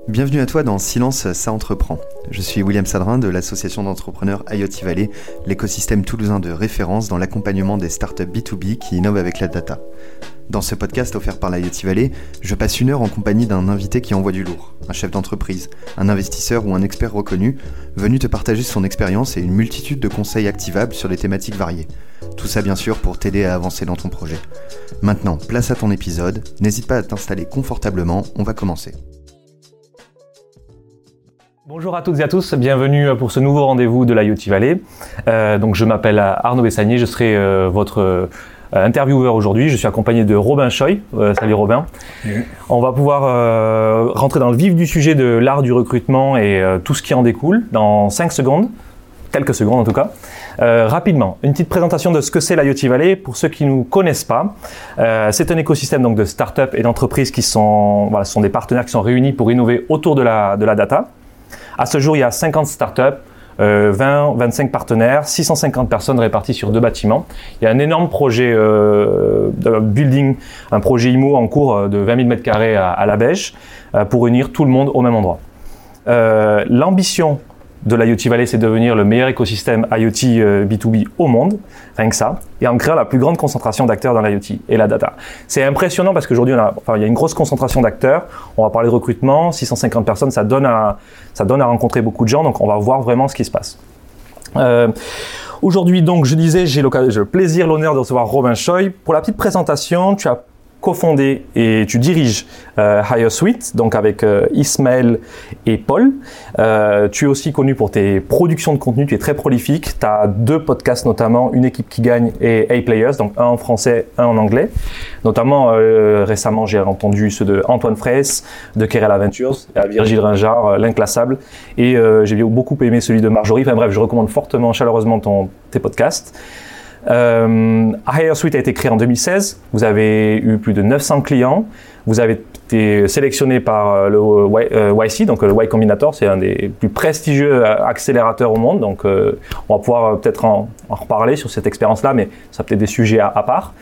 Bienvenue à toi dans Silence, ça entreprend. Je suis William Sadrin de l'association d'entrepreneurs IoT Valley, l'écosystème toulousain de référence dans l'accompagnement des startups B2B qui innovent avec la data. Dans ce podcast offert par l'IoT Valley, je passe une heure en compagnie d'un invité qui envoie du lourd, un chef d'entreprise, un investisseur ou un expert reconnu, venu te partager son expérience et une multitude de conseils activables sur des thématiques variées. Tout ça bien sûr pour t'aider à avancer dans ton projet. Maintenant, place à ton épisode, n'hésite pas à t'installer confortablement, on va commencer. Bonjour à toutes et à tous, bienvenue pour ce nouveau rendez-vous de l'IoT Valley. Donc je m'appelle Arnaud Bessagnier, je serai votre intervieweur aujourd'hui. Je suis accompagné de Robin Choi. Salut Robin. On va pouvoir rentrer dans le vif du sujet de l'art du recrutement et tout ce qui en découle dans 5 secondes, quelques secondes en tout cas. Rapidement, une petite présentation de ce que c'est l'IoT Valley pour ceux qui ne nous connaissent pas. C'est un écosystème donc de startups et d'entreprises qui sont des partenaires qui sont réunis pour innover autour de la data. À ce jour, il y a 50 startups, 25 partenaires, 650 personnes réparties sur 2 bâtiments. Il y a un énorme projet de building, un projet IMO en cours de 20 000 m² à la Bèche pour unir tout le monde au même endroit. L'ambition de l'IoT Valley, c'est de devenir le meilleur écosystème IoT B2B au monde, rien que ça, et en créant la plus grande concentration d'acteurs dans l'IoT et la data. C'est impressionnant parce qu'aujourd'hui, il y a une grosse concentration d'acteurs. On va parler de recrutement, 650 personnes, ça donne à rencontrer beaucoup de gens, donc on va voir vraiment ce qui se passe. Aujourd'hui, donc, je disais, j'ai le plaisir, l'honneur de recevoir Robin Choi. Pour la petite présentation, tu as cofondé et tu diriges HireSuite, donc avec Ismaël et Paul. Tu es aussi connu pour tes productions de contenu, tu es très prolifique. Tu as 2 podcasts notamment, Une équipe qui gagne et A-Players, donc un en français, un en anglais. Notamment récemment, j'ai entendu ceux de Antoine Fraisse, de Kerala Ventures, Virgile Ringard, L'Inclassable. Et j'ai beaucoup aimé celui de Marjorie. Enfin bref, je recommande fortement, chaleureusement tes podcasts. HireSuite a été créé en 2016, vous avez eu plus de 900 clients, vous avez été sélectionné par le YC, donc le Y Combinator, c'est un des plus prestigieux accélérateurs au monde, donc on va pouvoir peut-être en reparler sur cette expérience-là, mais ça peut-être des sujets à part.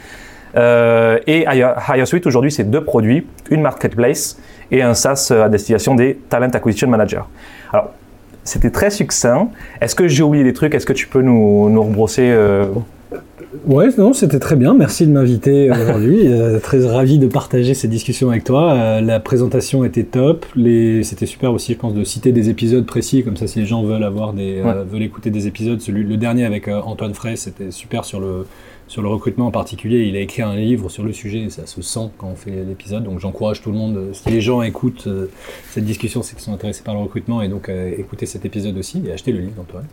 Et HireSuite aujourd'hui c'est 2 produits, une marketplace et un SaaS à destination des Talent Acquisition Managers. Alors, c'était très succinct, est-ce que j'ai oublié des trucs, est-ce que tu peux nous rebrosser Ouais, non, c'était très bien. Merci de m'inviter aujourd'hui. Très ravi de partager ces discussions avec toi. La présentation était top. C'était super aussi, je pense, de citer des épisodes précis, comme ça, si les gens veulent veulent écouter des épisodes. Le dernier avec Antoine Fraisse, c'était super sur le recrutement en particulier. Il a écrit un livre sur le sujet et ça se sent quand on fait l'épisode. Donc, j'encourage tout le monde. Si les gens écoutent cette discussion, c'est qu'ils sont intéressés par le recrutement et donc écouter cet épisode aussi et acheter le livre d'Antoine.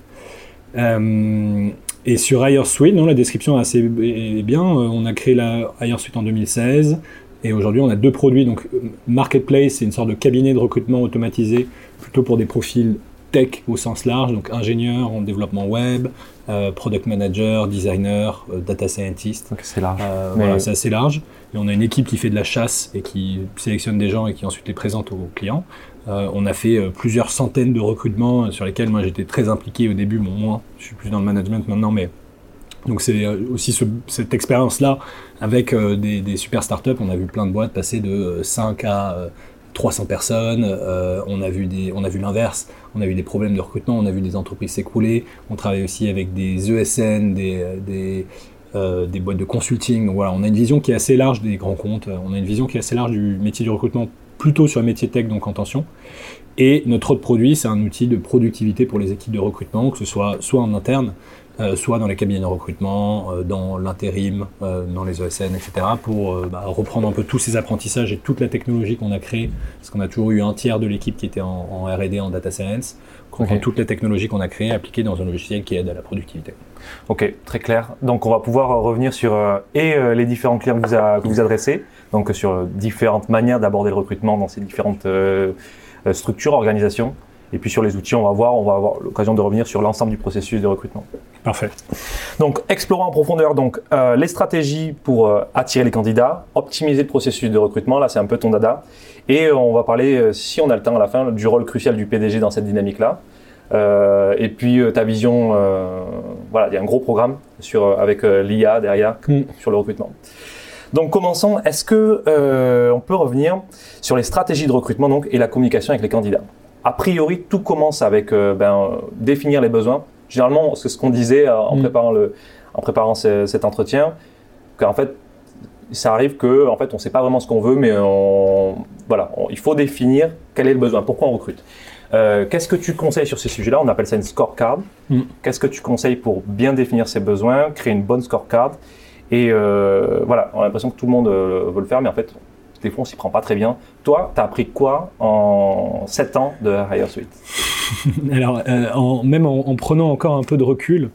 Et sur HireSuite, la description est assez bien. On a créé la HireSuite en 2016 et aujourd'hui on a 2 produits. Donc Marketplace, c'est une sorte de cabinet de recrutement automatisé plutôt pour des profils tech au sens large, donc ingénieur en développement web, product manager, designer, data scientist. Donc c'est large. Voilà, c'est assez large. Et on a une équipe qui fait de la chasse et qui sélectionne des gens et qui ensuite les présente aux clients. On a fait plusieurs centaines de recrutements sur lesquels moi j'étais très impliqué au début, moi je suis plus dans le management maintenant, mais donc c'est aussi cette expérience-là avec des super startups. On a vu plein de boîtes passer de 5 à 300 personnes, on a vu l'inverse, on a eu des problèmes de recrutement, on a vu des entreprises s'écrouler, on travaille aussi avec des ESN, des boîtes de consulting. Donc voilà, on a une vision qui est assez large des grands comptes, on a une vision qui est assez large du métier du recrutement, plutôt sur le métier tech, donc en tension. Et notre autre produit, c'est un outil de productivité pour les équipes de recrutement, que ce soit en interne, soit dans les cabinets de recrutement, dans l'intérim, dans les ESN, etc., pour reprendre un peu tous ces apprentissages et toute la technologie qu'on a créée, parce qu'on a toujours eu un tiers de l'équipe qui était en R&D, en data science, comprendre toute la technologie qu'on a créée, appliquée dans un logiciel qui aide à la productivité. Ok, très clair. Donc on va pouvoir revenir sur les différents clients que vous adressez, donc sur différentes manières d'aborder le recrutement dans ces différentes structures, organisations. Et puis sur les outils, on va avoir l'occasion de revenir sur l'ensemble du processus de recrutement. Parfait. Donc explorons en profondeur les stratégies pour attirer les candidats, optimiser le processus de recrutement, là c'est un peu ton dada. Et on va parler, si on a le temps à la fin, du rôle crucial du PDG dans cette dynamique-là. Et puis ta vision, il y a un gros programme avec l'IA derrière sur le recrutement. Donc commençons, est-ce que on peut revenir sur les stratégies de recrutement donc, et la communication avec les candidats? A priori, tout commence avec définir les besoins. Généralement, c'est ce qu'on disait en préparant cet entretien, qu'en fait, ça arrive qu'en fait, on ne sait pas vraiment ce qu'on veut, mais il faut définir quel est le besoin, pourquoi on recrute. Qu'est-ce que tu conseilles sur ces sujets-là? On appelle ça une scorecard. Qu'est-ce que tu conseilles pour bien définir ses besoins, créer une bonne scorecard? Et on a l'impression que tout le monde veut le faire, mais en fait, des fois, on s'y prend pas très bien. Toi, tu as appris quoi en 7 ans de HireSuite? Alors, en prenant encore un peu de recul,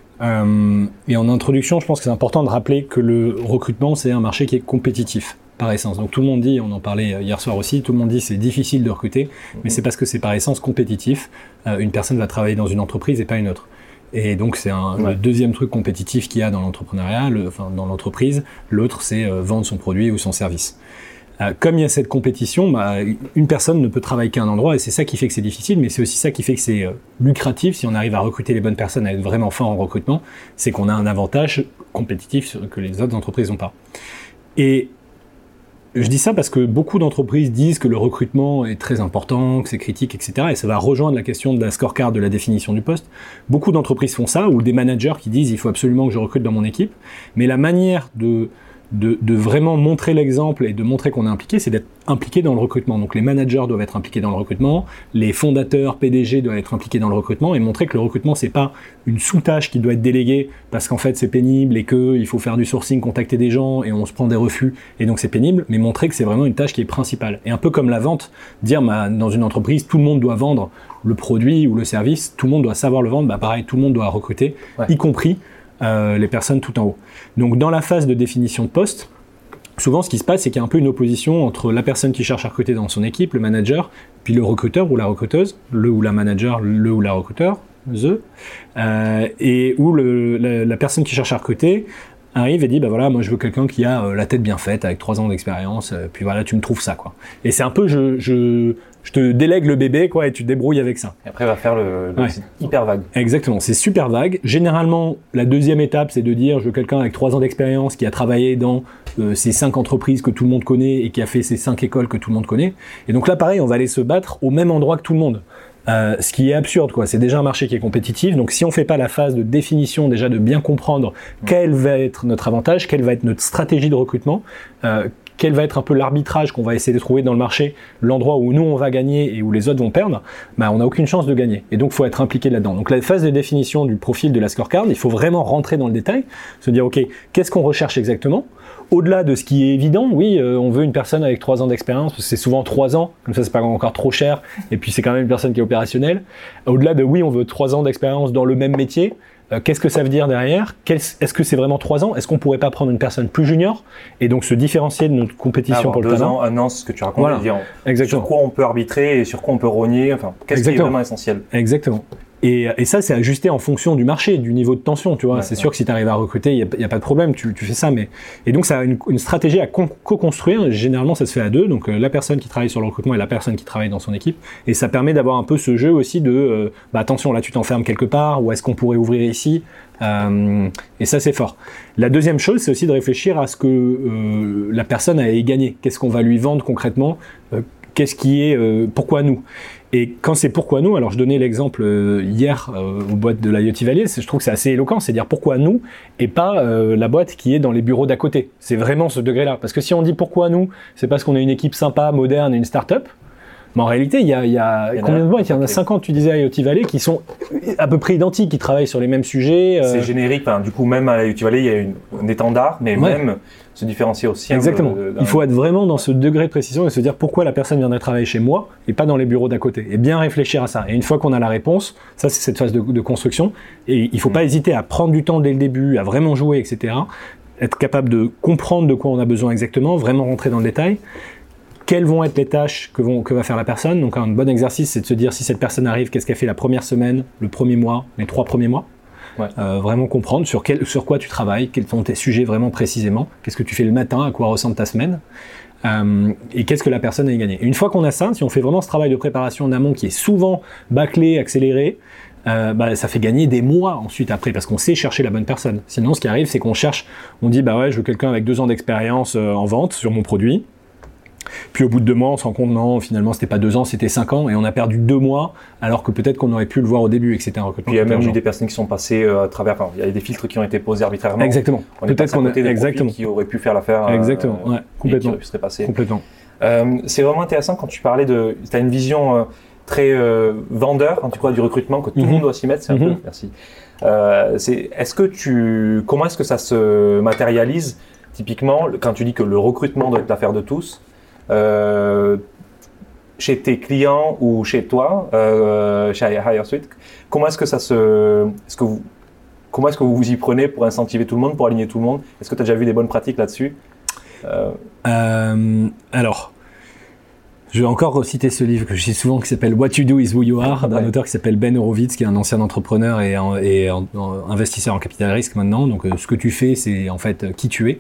et en introduction, je pense que c'est important de rappeler que le recrutement, c'est un marché qui est compétitif par essence. Donc tout le monde dit, on en parlait hier soir aussi, tout le monde dit c'est difficile de recruter, mais c'est parce que c'est par essence compétitif. Une personne va travailler dans une entreprise et pas une autre. Et donc c'est le deuxième truc compétitif qu'il y a dans l'entrepreneuriat, dans l'entreprise. L'autre, c'est vendre son produit ou son service. Comme il y a cette compétition, une personne ne peut travailler qu'à un endroit et c'est ça qui fait que c'est difficile, mais c'est aussi ça qui fait que c'est lucratif si on arrive à recruter les bonnes personnes, à être vraiment fort en recrutement, c'est qu'on a un avantage compétitif que les autres entreprises n'ont pas. Et je dis ça parce que beaucoup d'entreprises disent que le recrutement est très important, que c'est critique, etc. Et ça va rejoindre la question de la scorecard, de la définition du poste. Beaucoup d'entreprises font ça, ou des managers qui disent il faut absolument que je recrute dans mon équipe, mais la manière de vraiment montrer l'exemple et de montrer qu'on est impliqué, c'est d'être impliqué dans le recrutement. Donc les managers doivent être impliqués dans le recrutement, les fondateurs, PDG doivent être impliqués dans le recrutement et montrer que le recrutement, c'est pas une sous-tâche qui doit être déléguée parce qu'en fait c'est pénible et qu'il faut faire du sourcing, contacter des gens et on se prend des refus et donc c'est pénible, mais montrer que c'est vraiment une tâche qui est principale. Et un peu comme la vente, dire dans une entreprise, tout le monde doit vendre le produit ou le service, tout le monde doit savoir le vendre, pareil, tout le monde doit recruter, y compris les personnes tout en haut. Donc dans la phase de définition de poste, souvent ce qui se passe, c'est qu'il y a un peu une opposition entre la personne qui cherche à recruter dans son équipe, le manager, puis le recruteur ou la recruteuse, le ou la manager, le ou la recruteur, et où la personne qui cherche à recruter arrive et dit moi je veux quelqu'un qui a la tête bien faite avec 3 ans d'expérience, puis voilà, tu me trouves ça quoi. Et c'est un peu je te délègue le bébé quoi et tu te débrouilles avec ça. Et après va faire c'est hyper vague. Exactement, c'est super vague. Généralement, la deuxième étape, c'est de dire je veux quelqu'un avec 3 ans d'expérience qui a travaillé dans ces 5 entreprises que tout le monde connaît et qui a fait ces 5 écoles que tout le monde connaît. Et donc là pareil, on va aller se battre au même endroit que tout le monde. Ce qui est absurde quoi, c'est déjà un marché qui est compétitif, donc si on fait pas la phase de définition déjà de bien comprendre quel va être notre avantage, quelle va être notre stratégie de recrutement, quel va être un peu l'arbitrage qu'on va essayer de trouver dans le marché, l'endroit où nous on va gagner et où les autres vont perdre, on n'a aucune chance de gagner. Et donc il faut être impliqué là-dedans. Donc la phase de définition du profil de la scorecard, il faut vraiment rentrer dans le détail, se dire ok, qu'est-ce qu'on recherche exactement? Au-delà de ce qui est évident, on veut une personne avec 3 ans d'expérience, parce que c'est souvent 3 ans, comme ça c'est pas encore trop cher, et puis c'est quand même une personne qui est opérationnelle. Au-delà de on veut 3 ans d'expérience dans le même métier, qu'est-ce que ça veut dire derrière? Est-ce que c'est vraiment 3 ans? Est-ce qu'on pourrait pas prendre une personne plus junior et donc se différencier de notre compétition pour le talent? 2 ans, 1 an, ce que tu racontes, dire exactement. Sur quoi on peut arbitrer et sur quoi on peut rogner, qu'est-ce qui est vraiment essentiel? Exactement. Et ça, c'est ajusté en fonction du marché, du niveau de tension, tu vois. C'est sûr que si tu arrives à recruter, il y a pas de problème, tu fais ça. Et donc, ça a une stratégie à co-construire. Généralement, ça se fait à 2. Donc, la personne qui travaille sur le recrutement et la personne qui travaille dans son équipe. Et ça permet d'avoir un peu ce jeu aussi de, attention, là, tu t'enfermes quelque part, ou est-ce qu'on pourrait ouvrir ici? Et ça, c'est fort. La deuxième chose, c'est aussi de réfléchir à ce que la personne a gagné. Qu'est-ce qu'on va lui vendre concrètement? Qu'est-ce qui est pourquoi nous? Et quand c'est pourquoi nous, alors je donnais l'exemple hier aux boîtes de l'IoT Valley, je trouve que c'est assez éloquent, c'est dire pourquoi nous et pas la boîte qui est dans les bureaux d'à côté. C'est vraiment ce degré-là. Parce que si on dit pourquoi nous, c'est parce qu'on a une équipe sympa, moderne et une start-up. Mais en réalité, il y a combien de boîtes? Il y en a 50, tu disais, à IoT Valley, qui sont à peu près identiques, qui travaillent sur les mêmes sujets. C'est générique, du coup, même à IoT Valley, il y a un étendard, mais même se différencier aussi. Exactement. Il faut être vraiment dans ce degré de précision et se dire pourquoi la personne viendrait travailler chez moi et pas dans les bureaux d'à côté. Et bien réfléchir à ça. Et une fois qu'on a la réponse, ça, c'est cette phase de construction. Et il faut pas hésiter à prendre du temps dès le début, à vraiment jouer, etc. Être capable de comprendre de quoi on a besoin exactement, vraiment rentrer dans le détail. Quelles vont être les tâches que va faire la personne? Donc un bon exercice, c'est de se dire si cette personne arrive, qu'est-ce qu'elle fait la première semaine, le premier mois, les 3 premiers mois. Vraiment comprendre sur quoi tu travailles, quels sont tes sujets vraiment précisément, qu'est-ce que tu fais le matin, à quoi ressemble ta semaine, et qu'est-ce que la personne a gagné. Et une fois qu'on a ça, si on fait vraiment ce travail de préparation en amont qui est souvent bâclé, accéléré, ça fait gagner des mois ensuite après, parce qu'on sait chercher la bonne personne. Sinon, ce qui arrive, c'est qu'on cherche, on dit, je veux quelqu'un avec 2 ans d'expérience en vente sur mon produit. Puis au bout de 2 mois, on se rend compte, non, finalement, c'était pas 2 ans, c'était 5 ans, et on a perdu 2 mois, alors que peut-être qu'on aurait pu le voir au début, et que c'était un recrutement. Puis il y a même eu des personnes qui sont passées à travers, il y a des filtres qui ont été posés arbitrairement. Exactement. Peut-être qu'on a des profils qui auraient pu faire l'affaire. Exactement, complètement. Et qui seraient passés. Complètement. C'est vraiment intéressant quand tu parlais tu as une vision très vendeur, quand tu crois du recrutement, que tout le monde doit s'y mettre, c'est un peu, merci. Comment est-ce que ça se matérialise, typiquement, quand tu dis que le recrutement doit être l'affaire de tous, chez tes clients ou chez toi, chez HireSuite, comment est-ce que vous vous y prenez pour incentiver tout le monde, pour aligner tout le monde? Est-ce que tu as déjà vu des bonnes pratiques là-dessus? Alors, je vais encore reciter ce livre que je cite souvent qui s'appelle What You Do Is Who You Are, d'un auteur qui s'appelle Ben Horowitz, qui est un ancien entrepreneur et investisseur en capital risque maintenant. Donc, ce que tu fais, c'est en fait qui tu es.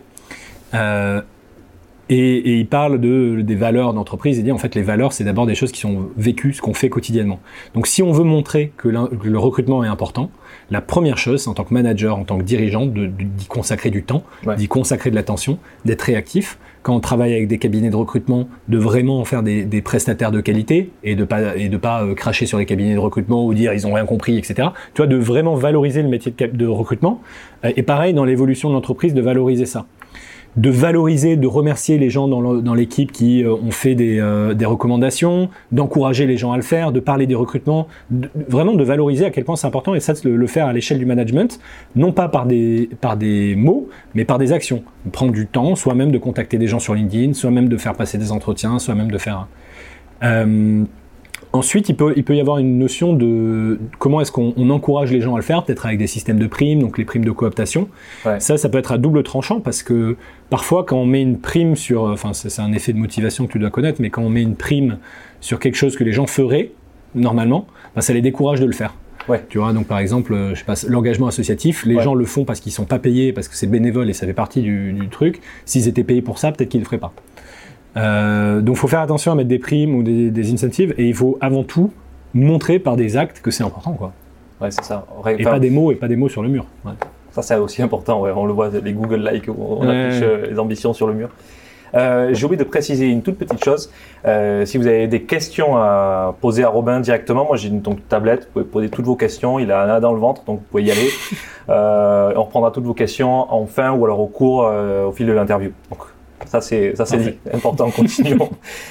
Et il parle des valeurs d'entreprise et dit en fait les valeurs c'est d'abord des choses qui sont vécues, ce qu'on fait quotidiennement. Donc si on veut montrer que le recrutement est important, la première chose en tant que manager, en tant que dirigeant, d'y consacrer du temps, d'y consacrer de l'attention, d'être réactif. Quand on travaille avec des cabinets de recrutement, de vraiment en faire des prestataires de qualité et de pas cracher sur les cabinets de recrutement ou dire ils ont rien compris, etc. Tu vois, de vraiment valoriser le métier de recrutement. Et pareil dans l'évolution de l'entreprise, de valoriser ça. De valoriser, de remercier les gens dans l'équipe qui ont fait des recommandations, d'encourager les gens à le faire, de parler des recrutements, vraiment de valoriser à quel point c'est important et ça de le faire à l'échelle du management, non pas par des mots, mais par des actions. Prendre du temps, soit même de contacter des gens sur LinkedIn, soit même de faire passer des entretiens, soit même de faire... Ensuite, il peut y avoir une notion de comment est-ce qu'on encourage les gens à le faire, peut-être avec des systèmes de primes, donc les primes de cooptation. Ouais. Ça peut être à double tranchant parce que parfois, quand on met une prime sur... Enfin, c'est un effet de motivation que tu dois connaître, mais quand on met une prime sur quelque chose que les gens feraient, normalement, ça les décourage de le faire. Ouais. Tu vois, donc par exemple, l'engagement associatif, les gens le font parce qu'ils ne sont pas payés, parce que c'est bénévole et ça fait partie du truc. S'ils étaient payés pour ça, peut-être qu'ils ne le feraient pas. Donc il faut faire attention à mettre des primes ou des incentives et il faut avant tout montrer par des actes que c'est important quoi. Ouais, c'est ça. Et pas des mots sur le mur. Ouais. Ça c'est aussi important, on le voit les Google Likes où on affiche les ambitions sur le mur. J'ai oublié de préciser une toute petite chose. Si vous avez des questions à poser à Robin directement, moi j'ai une tablette, vous pouvez poser toutes vos questions, il a un dans le ventre donc vous pouvez y aller. On reprendra toutes vos questions en fin ou alors au fil de l'interview. Donc, ça c'est dit. Important, continuons.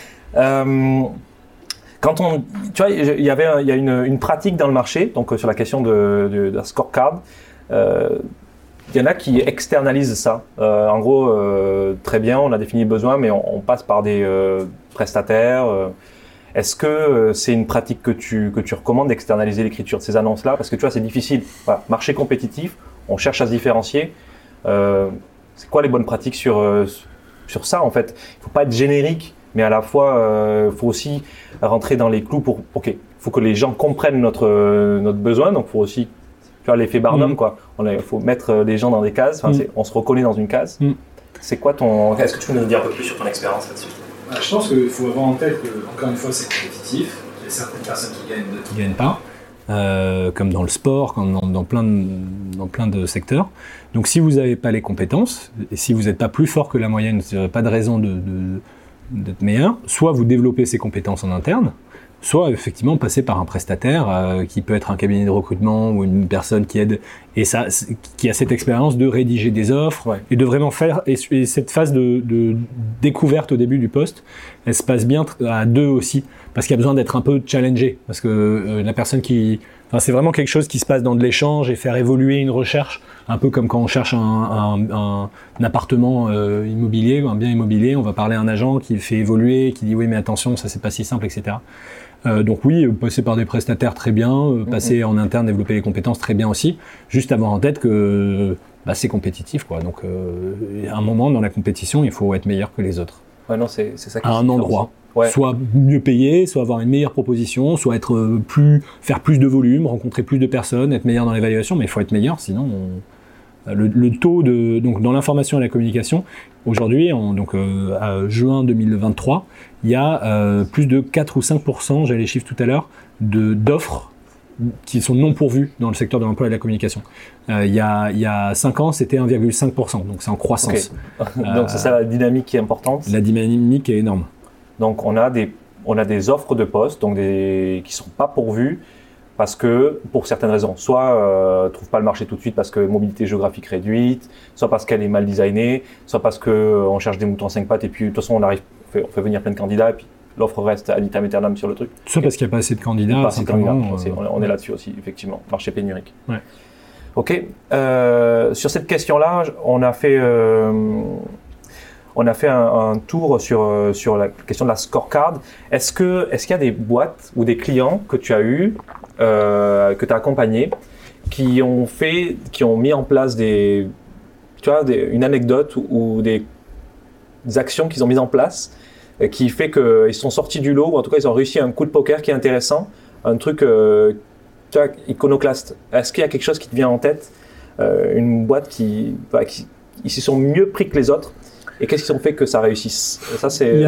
Quand tu vois, il y a une pratique dans le marché, donc sur la question de la scorecard. Il y en a qui externalisent ça. En gros, très bien, on a défini le besoin, mais on passe par des prestataires. Est-ce que c'est une pratique que tu recommandes d'externaliser l'écriture de ces annonces-là? Parce que tu vois, c'est difficile. Voilà, marché compétitif, on cherche à se différencier. C'est quoi les bonnes pratiques sur ça en fait? Il ne faut pas être générique, mais à la fois, il faut aussi rentrer dans les clous il faut que les gens comprennent notre besoin, donc il faut aussi faire l'effet Barnum, quoi. Il faut mettre les gens dans des cases, on se reconnaît dans une case. C'est quoi Est-ce que tu peux nous dire un peu plus sur ton expérience là-dessus? Je pense qu'il faut avoir en tête que, encore une fois, c'est compétitif. Il y a certaines personnes qui gagnent, d'autres qui ne gagnent pas. Comme dans le sport, comme dans plein de secteurs. Donc si vous n'avez pas les compétences, et si vous n'êtes pas plus fort que la moyenne, vous n'avez pas de raison d'être meilleur, soit vous développez ces compétences en interne, soit effectivement passer par un prestataire qui peut être un cabinet de recrutement ou une personne qui aide, et ça, qui a cette expérience de rédiger des offres et de vraiment faire, et cette phase de découverte au début du poste, elle se passe bien à deux aussi, parce qu'il y a besoin d'être un peu challengé, parce que la personne c'est vraiment quelque chose qui se passe dans de l'échange et faire évoluer une recherche, un peu comme quand on cherche un appartement immobilier, un bien immobilier, on va parler à un agent qui le fait évoluer, qui dit oui mais attention, ça c'est pas si simple, etc. Donc oui, passer par des prestataires très bien, passer en interne, développer les compétences très bien aussi, juste avoir en tête que c'est compétitif quoi. Donc à un moment dans la compétition, il faut être meilleur que les autres. Ouais, non, c'est ça qui à un endroit. Ouais. Soit mieux payé, soit avoir une meilleure proposition, soit faire plus de volume, rencontrer plus de personnes, être meilleur dans l'évaluation, mais il faut être meilleur, sinon le taux donc dans l'information et la communication, aujourd'hui, à juin 2023, il y a plus de 4 ou 5%, j'avais les chiffres tout à l'heure, d'offres qui sont non pourvus dans le secteur de l'emploi et de la communication. Il y a 5 ans, c'était 1,5%, donc c'est en croissance. Okay. Donc c'est ça la dynamique qui est importante. La dynamique est énorme. Donc on a des offres de postes donc qui ne sont pas pourvues parce que, pour certaines raisons, soit ne trouvent pas le marché tout de suite parce que mobilité géographique réduite, soit parce qu'elle est mal designée, soit parce qu'on cherche des moutons à 5 pattes et puis de toute façon on fait venir plein de candidats et puis l'offre reste ad vitam aeternam sur le truc. Soit parce qu'il n'y a pas assez de candidats. On est là-dessus aussi, effectivement, marché pénurique. Ouais. Ok. Sur cette question-là, on a fait un tour sur la question de la scorecard. Est-ce qu'il y a des boîtes ou des clients que tu as eus, que tu as accompagnés, qui ont mis en place une anecdote ou des actions qu'ils ont mises en place qui fait qu'ils sont sortis du lot, ou en tout cas ils ont réussi un coup de poker qui est intéressant, un truc iconoclaste. Est-ce qu'il y a quelque chose qui te vient en tête, une boîte qui ils se sont mieux pris que les autres, et qu'est-ce qu'ils ont fait que ça réussisse? Ça, c'est...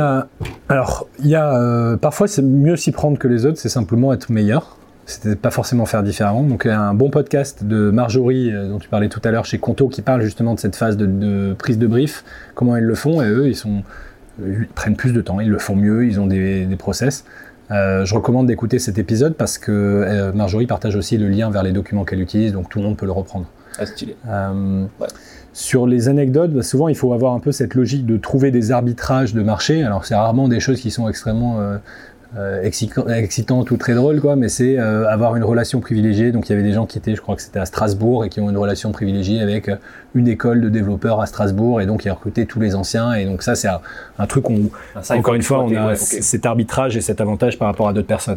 Parfois c'est mieux s'y prendre que les autres, c'est simplement être meilleur. C'était pas forcément faire différemment. Donc il y a un bon podcast de Marjorie dont tu parlais tout à l'heure chez Conto qui parle justement de cette phase de prise de brief, comment ils le font, et eux ils prennent plus de temps, ils le font mieux, ils ont des process. Je recommande d'écouter cet épisode parce que Marjorie partage aussi le lien vers les documents qu'elle utilise, donc tout le monde peut le reprendre. Ah, stylé. Ouais. Sur les anecdotes, souvent il faut avoir un peu cette logique de trouver des arbitrages de marché. Alors c'est rarement des choses qui sont extrêmement excitantes ou très drôles, quoi, mais c'est avoir une relation privilégiée. Donc il y avait des gens qui étaient, je crois que c'était à Strasbourg, et qui ont une relation privilégiée avec une école de développeurs à Strasbourg, et donc ils recrutaient tous les anciens, et donc ça c'est un truc où, encore une fois, on a cet arbitrage et cet avantage par rapport à d'autres personnes.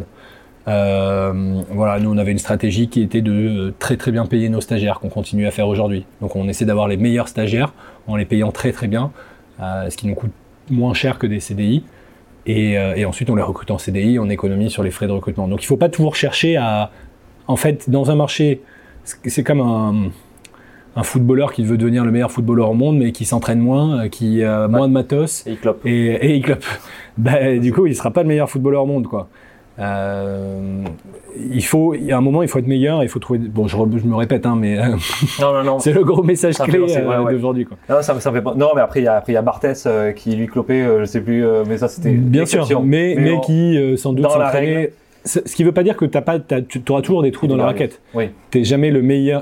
Voilà, nous on avait une stratégie qui était de très très bien payer nos stagiaires, qu'on continue à faire aujourd'hui. Donc on essaie d'avoir les meilleurs stagiaires en les payant très très bien, ce qui nous coûte moins cher que des CDI. Et ensuite, on les recrute en CDI, on économise sur les frais de recrutement. Donc, il ne faut pas toujours chercher à... En fait, dans un marché, c'est comme un footballeur qui veut devenir le meilleur footballeur au monde, mais qui s'entraîne moins, qui a moins de matos. Et il clope. Et il clope. Du coup, il ne sera pas le meilleur footballeur au monde, quoi. Il y a un moment, il faut être meilleur, il faut trouver... Bon, je me répète, hein, mais non. C'est le gros message clé d'aujourd'hui, quoi. Non, ça fait pas... Non, mais après, il y a Barthès qui lui clopait, je sais plus, mais ça c'était... Bien sûr, mais qui sans doute s'entraînait... Ce qui ne veut pas dire que tu auras toujours des trous dans la raquette. Oui. T'es jamais le meilleur.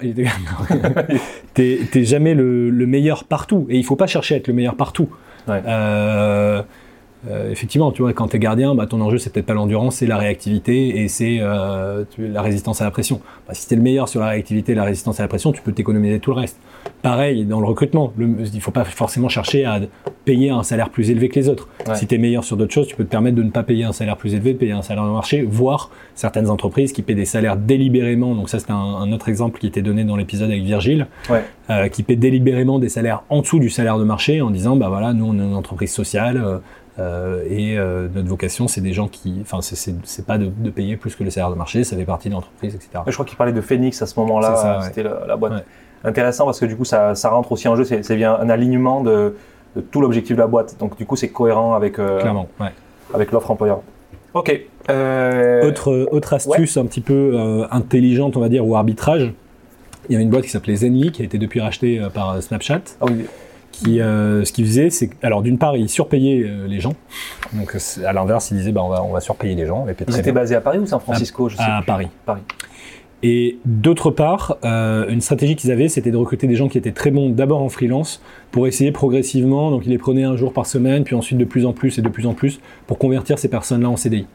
T'es jamais le meilleur partout, et il faut pas chercher à être le meilleur partout. Ouais. Effectivement, tu vois, quand tu es gardien, ton enjeu c'est peut-être pas l'endurance, c'est la réactivité et c'est la résistance à la pression. Si tu es le meilleur sur la réactivité et la résistance à la pression, tu peux t'économiser tout le reste. Pareil dans le recrutement, il faut pas forcément chercher à payer un salaire plus élevé que les autres. Ouais. Si tu es meilleur sur d'autres choses, tu peux te permettre de ne pas payer un salaire plus élevé, de payer un salaire de marché, voire certaines entreprises qui paient des salaires délibérément. Donc ça, c'est un autre exemple qui était donné dans l'épisode avec Virgile, qui paient délibérément des salaires en dessous du salaire de marché en disant, voilà, nous on est une entreprise sociale, notre vocation, c'est des gens qui, c'est pas de payer plus que le salaire de marché, ça fait partie de l'entreprise, etc. Je crois qu'il parlait de Phoenix à ce moment-là, c'était la boîte. Ouais. Intéressant parce que du coup, ça rentre aussi en jeu, c'est bien un alignement de tout l'objectif de la boîte. Donc du coup, c'est cohérent avec avec l'offre employeur. Ok. Autre astuce un petit peu intelligente, on va dire, ou arbitrage. Il y avait une boîte qui s'appelait Zenly, qui a été depuis rachetée par Snapchat. Ah oui. Ce qu'il faisait, c'est alors d'une part, il surpayait les gens. Donc à l'inverse, il disait on va surpayer les gens. Ils étaient basés à Paris ou San Francisco? À Paris. Et d'autre part, une stratégie qu'ils avaient, c'était de recruter des gens qui étaient très bons d'abord en freelance pour essayer progressivement. Donc ils les prenaient un jour par semaine, puis ensuite de plus en plus et de plus en plus pour convertir ces personnes-là en CDI.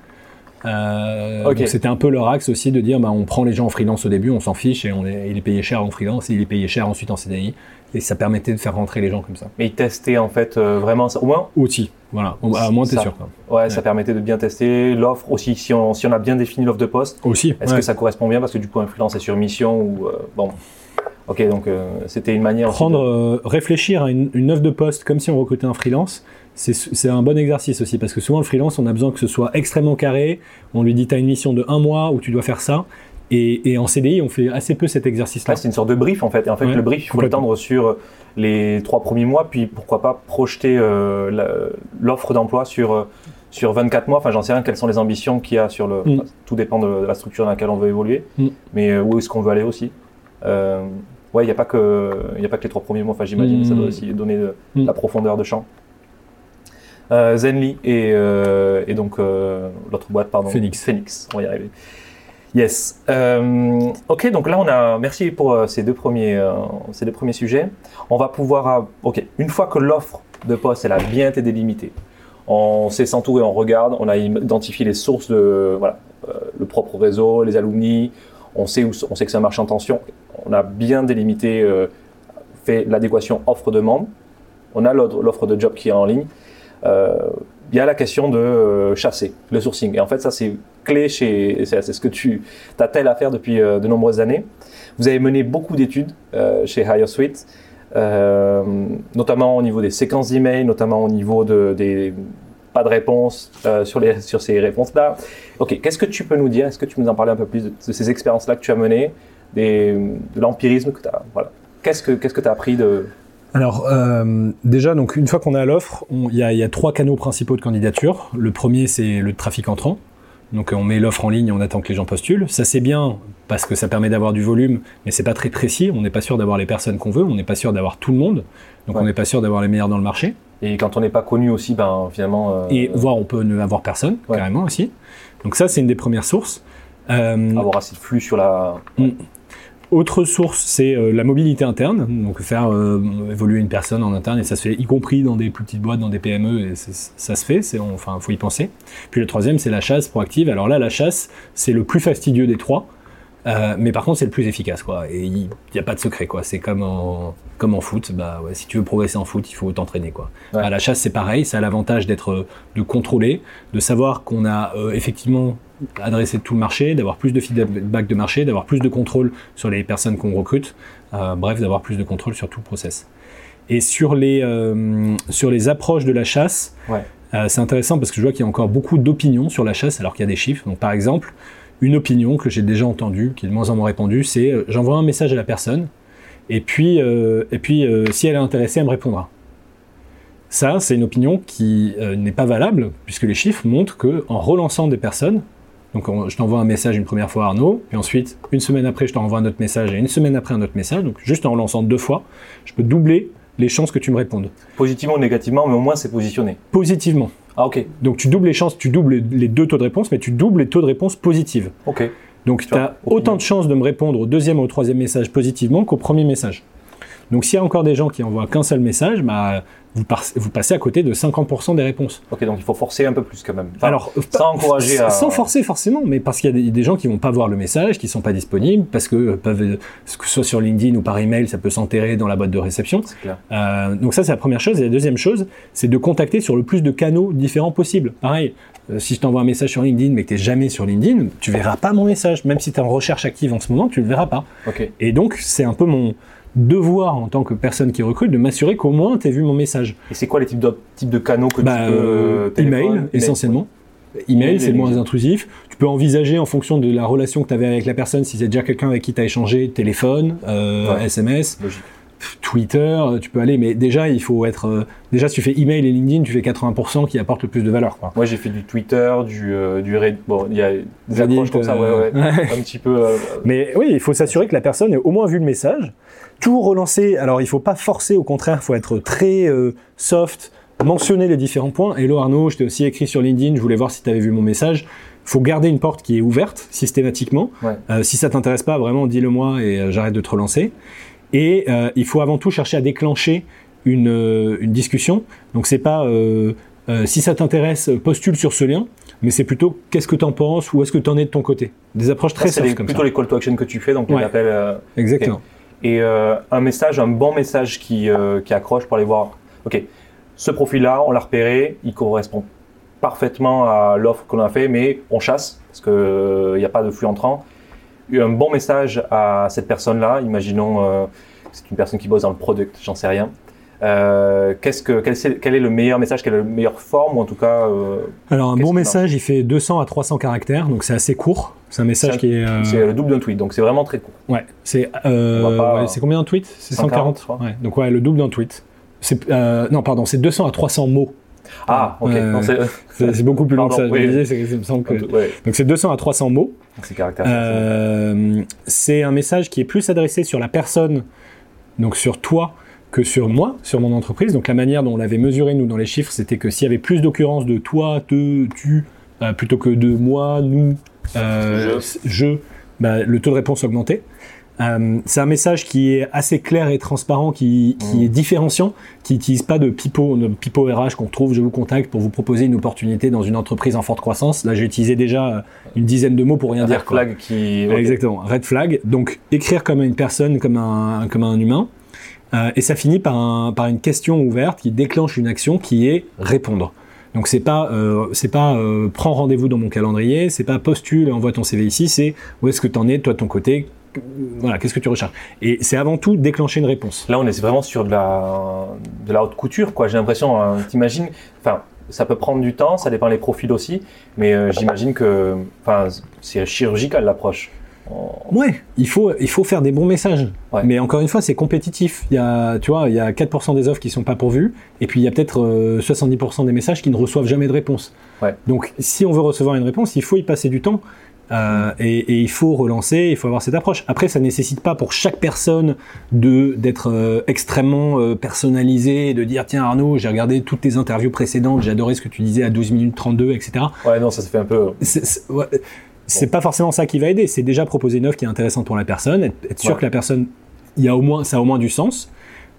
Donc c'était un peu leur axe aussi de dire on prend les gens en freelance au début, on s'en fiche et il est payé cher en freelance et il est payé cher ensuite en CDI. Et ça permettait de faire rentrer les gens comme ça. Mais ils testaient en fait vraiment au moins outils, voilà. À moins t'es sûr. Ouais, ça permettait de bien tester l'offre aussi. Si on a bien défini l'offre de poste, aussi. Est-ce que ça correspond bien parce que du coup un freelance est sur mission ou Ok, donc c'était une manière réfléchir à une offre de poste comme si on recrutait un freelance. C'est un bon exercice aussi parce que souvent le freelance, on a besoin que ce soit extrêmement carré. On lui dit t'as une mission de 1 mois où tu dois faire ça. Et en CDI, on fait assez peu cet exercice-là. C'est une sorte de brief en fait. Et en fait, le brief, il faut l'étendre sur les 3 premiers mois, puis pourquoi pas projeter l'offre d'emploi sur sur 24 mois, enfin j'en sais rien, quelles sont les ambitions qu'il y a sur le... Tout dépend de la structure dans laquelle on veut évoluer, mais où est-ce qu'on veut aller aussi. Ouais, il n'y a pas que les 3 premiers mois, enfin j'imagine, ça doit aussi donner de la profondeur de champ. Zenly et donc l'autre boîte, pardon. Phoenix, on va y arriver. Yes. Ok, donc là merci pour ces deux premiers sujets. On va pouvoir, une fois que l'offre de poste elle a bien été délimitée, on sait s'entourer, on regarde, on a identifié les sources de le propre réseau, les alumni, on sait que c'est un marché en tension, on a bien délimité, fait l'adéquation offre-demande, on a l'offre de job qui est en ligne. Il y a la question de chasser, le sourcing. Et en fait, ça, c'est clé c'est ce que tu t'attelles à faire depuis de nombreuses années. Vous avez mené beaucoup d'études chez HireSuite, notamment au niveau des séquences d'emails, notamment au niveau des pas de réponse sur ces réponses-là. Ok, qu'est-ce que tu peux nous dire? Est-ce que tu peux nous en parler un peu plus de ces expériences-là que tu as menées, de l'empirisme que tu as? Voilà. Qu'est-ce que tu as appris de... Alors, déjà, donc, une fois qu'on a l'offre, il y a 3 canaux principaux de candidature. Le premier, c'est le trafic entrant. Donc, on met l'offre en ligne et on attend que les gens postulent. Ça, c'est bien parce que ça permet d'avoir du volume, mais c'est pas très précis. On n'est pas sûr d'avoir les personnes qu'on veut. On n'est pas sûr d'avoir tout le monde. Donc, on n'est pas sûr d'avoir les meilleurs dans le marché. Et quand on n'est pas connu aussi, finalement... Et voire, on peut ne avoir personne, carrément aussi. Donc, ça, c'est une des premières sources. Avoir assez de flux sur la... Autre source, c'est la mobilité interne, donc faire évoluer une personne en interne, et ça se fait y compris dans des plus petites boîtes, dans des PME, et ça se fait, faut y penser. Puis le troisième, c'est la chasse proactive. Alors là, la chasse, c'est le plus fastidieux des 3, mais par contre, c'est le plus efficace, quoi. Et il n'y a pas de secret, quoi. C'est comme en foot, si tu veux progresser en foot, il faut t'entraîner, quoi. Ouais. À la chasse, c'est pareil, ça a l'avantage de contrôler, de savoir qu'on a effectivement adresser tout le marché, d'avoir plus de feedback de marché, d'avoir plus de contrôle sur les personnes qu'on recrute, bref, d'avoir plus de contrôle sur tout le process. Et sur les approches de la chasse, c'est intéressant parce que je vois qu'il y a encore beaucoup d'opinions sur la chasse alors qu'il y a des chiffres. Donc par exemple, une opinion que j'ai déjà entendue, qui est de moins en moins répandue, c'est j'envoie un message à la personne et puis si elle est intéressée, elle me répondra. Ça, c'est une opinion qui n'est pas valable puisque les chiffres montrent qu'en relançant des personnes, donc je t'envoie un message une première fois Arnaud, puis ensuite une semaine après je t'envoie un autre message et une semaine après un autre message, donc juste en relançant 2 fois, je peux doubler les chances que tu me répondes. Positivement ou négativement, mais au moins c'est positionné. Positivement. Ah ok. Donc tu doubles les chances, tu doubles les 2 taux de réponse, mais tu doubles les taux de réponse positives. Ok. Donc tu as autant de chances de me répondre au 2e ou au 3e message positivement qu'au premier message. Donc s'il y a encore des gens qui envoient qu'un seul message, vous passez à côté de 50% des réponses. Ok, donc il faut forcer un peu plus quand même. Alors, sans encourager sans forcer forcément, mais parce qu'il y a des gens qui vont pas voir le message, qui sont pas disponibles, parce que que ce soit sur LinkedIn ou par email, ça peut s'enterrer dans la boîte de réception. C'est clair. Donc ça, c'est la première chose. Et la deuxième chose, c'est de contacter sur le plus de canaux différents possibles. Pareil, si je t'envoie un message sur LinkedIn, mais que tu n'es jamais sur LinkedIn, tu verras pas mon message. Même si tu es en recherche active en ce moment, tu le verras pas. Okay. Et donc, c'est un peu mon devoir en tant que personne qui recrute de m'assurer qu'au moins tu as vu mon message. Et c'est quoi les types de canaux que tu peux email, essentiellement. Email, c'est le moins intrusif. Tu peux envisager en fonction de la relation que tu avais avec la personne, si c'est déjà quelqu'un avec qui tu as échangé, téléphone, SMS, logique. Twitter, tu peux aller, mais déjà il faut être... déjà si tu fais email et LinkedIn, tu fais 80% qui apportent le plus de valeur, quoi. Moi j'ai fait du Twitter, du Reddit, bon il y a des approches comme ça, un petit peu... Mais oui, il faut s'assurer que la personne ait au moins vu le message, tout relancer, alors il faut pas forcer, au contraire, il faut être très soft, mentionner les différents points. Hello Arnaud, je t'ai aussi écrit sur LinkedIn, je voulais voir si tu avais vu mon message. Il faut garder une porte qui est ouverte systématiquement. Si ça t'intéresse pas, vraiment dis-le moi et j'arrête de te relancer. Et il faut avant tout chercher à déclencher une discussion. Donc c'est pas si ça t'intéresse, postule sur ce lien, mais c'est plutôt qu'est-ce que t'en penses, ou est-ce que t'en es de ton côté. Des approches très soft comme ça. C'est plutôt les call to action que tu fais, donc les appels. Exactement. Okay. Et un bon message qui accroche pour aller voir. Ok, ce profil-là, on l'a repéré, il correspond parfaitement à l'offre qu'on a fait, mais on chasse parce que il n'y a pas de flux entrant. Un bon message à cette personne-là, imaginons c'est une personne qui bosse dans le product, j'en sais rien. Quel est le meilleur message, quelle est la meilleure forme, ou en tout cas... Alors un bon message, il fait 200 à 300 caractères, donc c'est assez court. C'est un message qui est... C'est le double d'un tweet, donc c'est vraiment très court. Ouais, c'est combien un tweet? C'est 140 je crois. Ouais, donc le double d'un tweet. C'est 200 à 300 mots. Ah, ok. Non, c'est beaucoup plus long que ça. Pardon, oui. Il me semble que... Ouais. Donc c'est 200 à 300 mots. C'est caractéristique. C'est un message qui est plus adressé sur la personne, donc sur toi, que sur moi, sur mon entreprise. Donc la manière dont on l'avait mesuré, nous, dans les chiffres, c'était que s'il y avait plus d'occurrences de toi, tu, plutôt que de moi, nous, le taux de réponse augmentait. C'est un message qui est assez clair et transparent, qui est différenciant, qui n'utilise pas de pipeau RH qu'on trouve, je vous contacte pour vous proposer une opportunité dans une entreprise en forte croissance. Là, j'ai utilisé déjà une dizaine de mots pour rien dire. Red flag qui... Okay. Exactement, red flag. Donc, écrire comme une personne, comme un humain. Et ça finit par une question ouverte qui déclenche une action qui est répondre. Donc c'est pas prends rendez-vous dans mon calendrier, c'est pas postule, envoie ton CV ici, c'est où est-ce que t'en es toi de ton côté, voilà, qu'est-ce que tu recherches. Et c'est avant tout déclencher une réponse. Là on est vraiment sur de la haute couture, quoi. J'ai l'impression, t'imagines, enfin ça peut prendre du temps, ça dépend des profils aussi, mais j'imagine que, enfin c'est chirurgical l'approche. Ouais, il faut faire des bons messages. Ouais. Mais encore une fois, c'est compétitif. Il y a 4% des offres qui sont pas pourvues, et puis il y a peut-être 70% des messages qui ne reçoivent jamais de réponse. Ouais. Donc, si on veut recevoir une réponse, il faut y passer du temps. Et il faut relancer, il faut avoir cette approche. Après, ça nécessite pas pour chaque personne d'être extrêmement personnalisé, de dire tiens Arnaud, j'ai regardé toutes tes interviews précédentes, j'ai adoré ce que tu disais à 12 minutes 32, etc. Ouais, non, ça se fait un peu... C'est pas forcément ça qui va aider, c'est déjà proposer une offre qui est intéressante pour la personne, être sûr que la personne, ça a au moins du sens,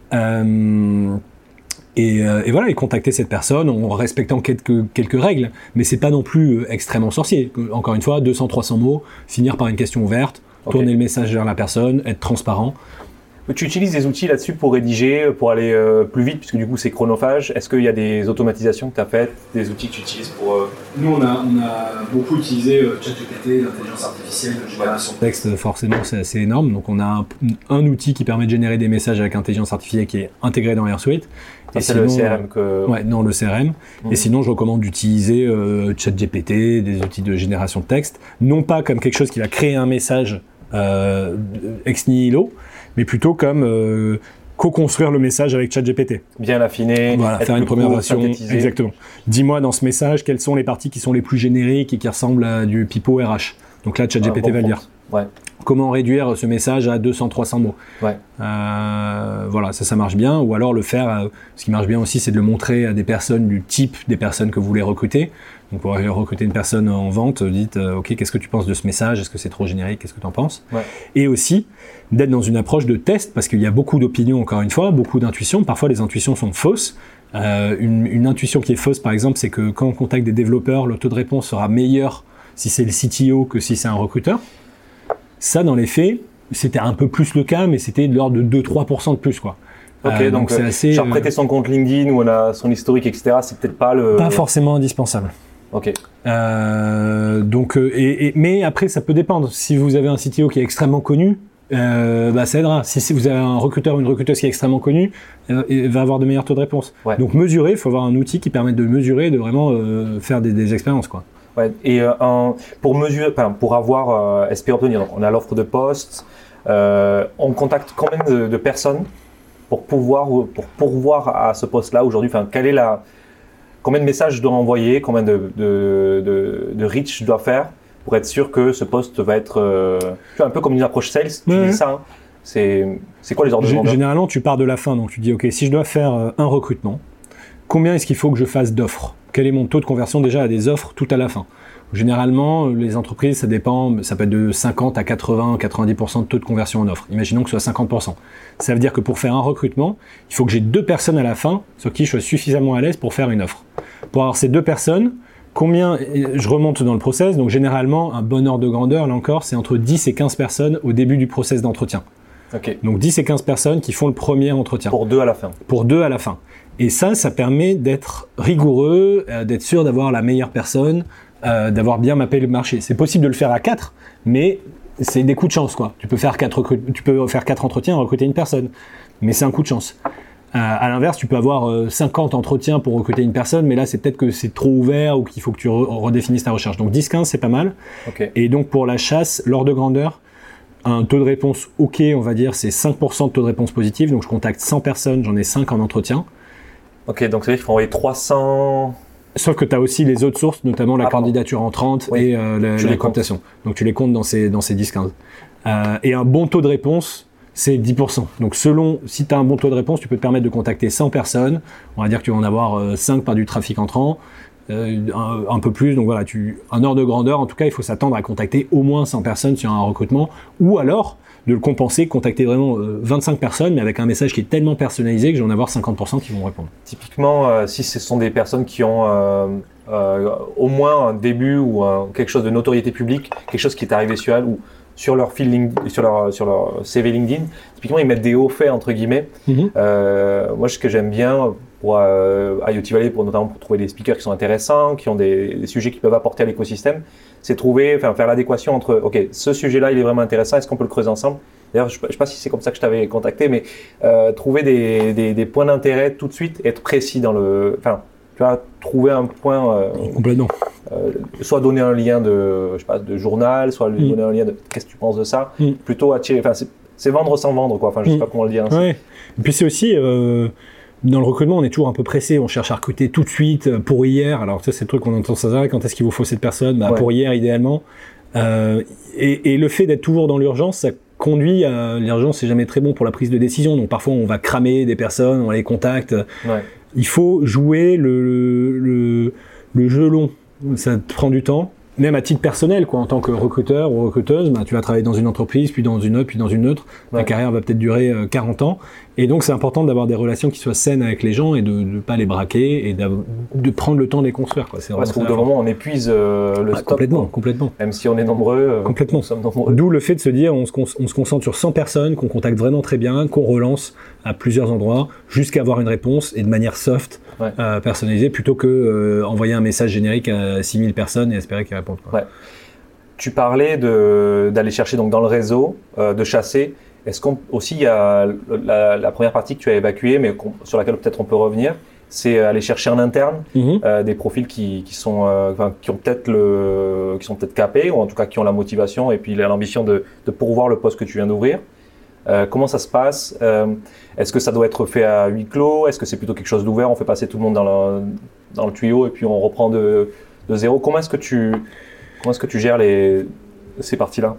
et voilà, et contacter cette personne en respectant quelques règles, mais c'est pas non plus extrêmement sorcier. Encore une fois, 200-300 mots, finir par une question ouverte, tourner le message vers la personne, être transparent. Tu utilises des outils là-dessus pour rédiger, pour aller plus vite, puisque du coup c'est chronophage. Est-ce qu'il y a des automatisations que tu as faites, des outils que tu utilises pour... Nous, on a beaucoup utilisé ChatGPT, l'intelligence artificielle, la génération de texte, forcément c'est assez énorme. Donc on a un outil qui permet de générer des messages avec intelligence artificielle qui est intégré dans AirSuite. Et c'est le CRM que... Ouais, non, le CRM. Et sinon, je recommande d'utiliser ChatGPT, des outils de génération de texte, non pas comme quelque chose qui va créer un message ex nihilo, mais plutôt comme co-construire le message avec ChatGPT. Bien l'affiner, voilà, faire une première version. Exactement. Dis-moi dans ce message quelles sont les parties qui sont les plus génériques et qui ressemblent à du pipeau RH. Donc là, ChatGPT va le dire. Ouais. Comment réduire ce message à 200-300 mots. Ouais. Voilà, ça marche bien. Ou alors le faire, ce qui marche bien aussi, c'est de le montrer à des personnes du type des personnes que vous voulez recruter. Donc pour recruter une personne en vente, dites ok, qu'est-ce que tu penses de ce message? Est-ce que c'est trop générique? Qu'est-ce que tu en penses? Ouais. Et aussi d'être dans une approche de test, parce qu'il y a beaucoup d'opinions, encore une fois, beaucoup d'intuitions. Parfois les intuitions sont fausses. Une intuition qui est fausse, par exemple, c'est que quand on contacte des développeurs, le taux de réponse sera meilleur si c'est le CTO que si c'est un recruteur. Ça, dans les faits, c'était un peu plus le cas, mais c'était de l'ordre de 2-3% de plus, quoi. Ok, donc c'est assez... Genre prêter son compte LinkedIn ou on a son historique, etc., c'est peut-être pas le... Pas forcément indispensable. Ok. Mais après, ça peut dépendre. Si vous avez un CTO qui est extrêmement connu, ça aidera. Si vous avez un recruteur ou une recruteuse qui est extrêmement connue, il va avoir de meilleurs taux de réponse. Ouais. Donc mesurer, il faut avoir un outil qui permette de mesurer et de vraiment faire des expériences, quoi. Ouais. Et pour mesurer, pour avoir, espérer obtenir, on a l'offre de poste, on contacte combien de personnes pour pourvoir à ce poste-là aujourd'hui? Combien de messages je dois envoyer, combien de reach je dois faire pour être sûr que ce poste va être un peu comme une approche sales, tu dis ça, hein. C'est quoi les ordres de grandeur? Généralement, tu pars de la fin, donc tu dis ok, si je dois faire un recrutement, combien est-ce qu'il faut que je fasse d'offres? Quel est mon taux de conversion déjà à des offres tout à la fin? Généralement, les entreprises, ça dépend, ça peut être de 50 à 80, 90% de taux de conversion en offre. Imaginons que ce soit 50%. Ça veut dire que pour faire un recrutement, il faut que j'ai 2 personnes à la fin sur qui je sois suffisamment à l'aise pour faire une offre. Pour avoir ces 2 personnes, je remonte dans le process, donc généralement, un bon ordre de grandeur, là encore, c'est entre 10 et 15 personnes au début du process d'entretien. Okay. Donc 10 et 15 personnes qui font le premier entretien. Pour 2 à la fin. Pour 2 à la fin. Et ça permet d'être rigoureux, d'être sûr d'avoir la meilleure personne, d'avoir bien mappé le marché. C'est possible de le faire à 4, mais c'est des coups de chance, quoi. Tu peux faire 4 entretiens et recruter une personne, mais c'est un coup de chance. À l'inverse, tu peux avoir 50 entretiens pour recruter une personne, mais là, c'est peut-être que c'est trop ouvert ou qu'il faut que tu redéfinisses ta recherche. Donc 10-15, c'est pas mal. Okay. Et donc pour la chasse, l'ordre de grandeur, un taux de réponse OK, on va dire, c'est 5% de taux de réponse positif. Donc je contacte 100 personnes, j'en ai 5 en entretien. Ok, donc ça veut dire qu'il faut envoyer 300... Sauf que tu as aussi les autres sources, notamment la candidature entrante et la cooptation. Donc tu les comptes dans ces 10-15. Et un bon taux de réponse, c'est 10%. Donc si tu as un bon taux de réponse, tu peux te permettre de contacter 100 personnes. On va dire que tu vas en avoir 5 par du trafic entrant, un peu plus. Donc voilà, un ordre de grandeur. En tout cas, il faut s'attendre à contacter au moins 100 personnes sur un recrutement. Ou alors, de le compenser, contacter vraiment 25 personnes, mais avec un message qui est tellement personnalisé que je vais en avoir 50% qui vont répondre. Typiquement, si ce sont des personnes qui ont au moins un début ou quelque chose de notoriété publique, quelque chose qui est arrivé sur elles ou sur leur sur leur CV LinkedIn, typiquement ils mettent des hauts faits entre guillemets. Moi, ce que j'aime bien pour IoT Valley, notamment pour trouver des speakers qui sont intéressants, qui ont des sujets qui peuvent apporter à l'écosystème, c'est faire l'adéquation entre ok, ce sujet-là il est vraiment intéressant, est-ce qu'on peut le creuser ensemble? D'ailleurs, je ne sais pas si c'est comme ça que je t'avais contacté, mais trouver des points d'intérêt tout de suite, être précis dans tu vois, trouver un point. Complètement. Soit donner un lien de journal, soit lui donner un lien de qu'est-ce que tu penses de ça, plutôt attirer. Enfin, c'est vendre sans vendre, quoi. Enfin, je sais pas comment le dire. Ouais. Et puis c'est aussi dans le recrutement, on est toujours un peu pressé, on cherche à recruter tout de suite pour hier. Alors ça, c'est le truc qu'on entend sans arrêt. Quand est-ce qu'il vous faut cette personne? Pour hier, idéalement. Et le fait d'être toujours dans l'urgence, ça conduit à l'urgence, c'est jamais très bon pour la prise de décision. Donc parfois, on va cramer des personnes, on les contacte. Ouais. Il faut jouer le jeu long. Ça te prend du temps. Même à titre personnel, quoi, en tant que recruteur ou recruteuse, tu vas travailler dans une entreprise, puis dans une autre, puis dans une autre. Ta carrière va peut-être durer 40 ans. Et donc, c'est important d'avoir des relations qui soient saines avec les gens et de ne pas les braquer et de prendre le temps de les construire, quoi. Parce qu'au bout d'un moment, on épuise le stock. Complètement. Même si on est nombreux, complètement. Nous sommes nombreux. D'où le fait de se dire, on se concentre sur 100 personnes, qu'on contacte vraiment très bien, qu'on relance à plusieurs endroits, jusqu'à avoir une réponse et de manière soft, personnalisée, plutôt que envoyer un message générique à 6000 personnes et espérer qu'ils répondent. Ouais. Tu parlais d'aller chercher donc dans le réseau, de chasser. Est-ce aussi il y a la première partie que tu as évacuée, mais sur laquelle peut-être on peut revenir, c'est aller chercher en interne des profils qui sont peut-être capés, ou en tout cas qui ont la motivation et puis l'ambition de pourvoir le poste que tu viens d'ouvrir. Comment ça se passe? Est-ce que ça doit être fait à huis clos? Est-ce que c'est plutôt quelque chose d'ouvert? On fait passer tout le monde dans le tuyau et puis on reprend de zéro. Comment est-ce que tu gères ces parties-là?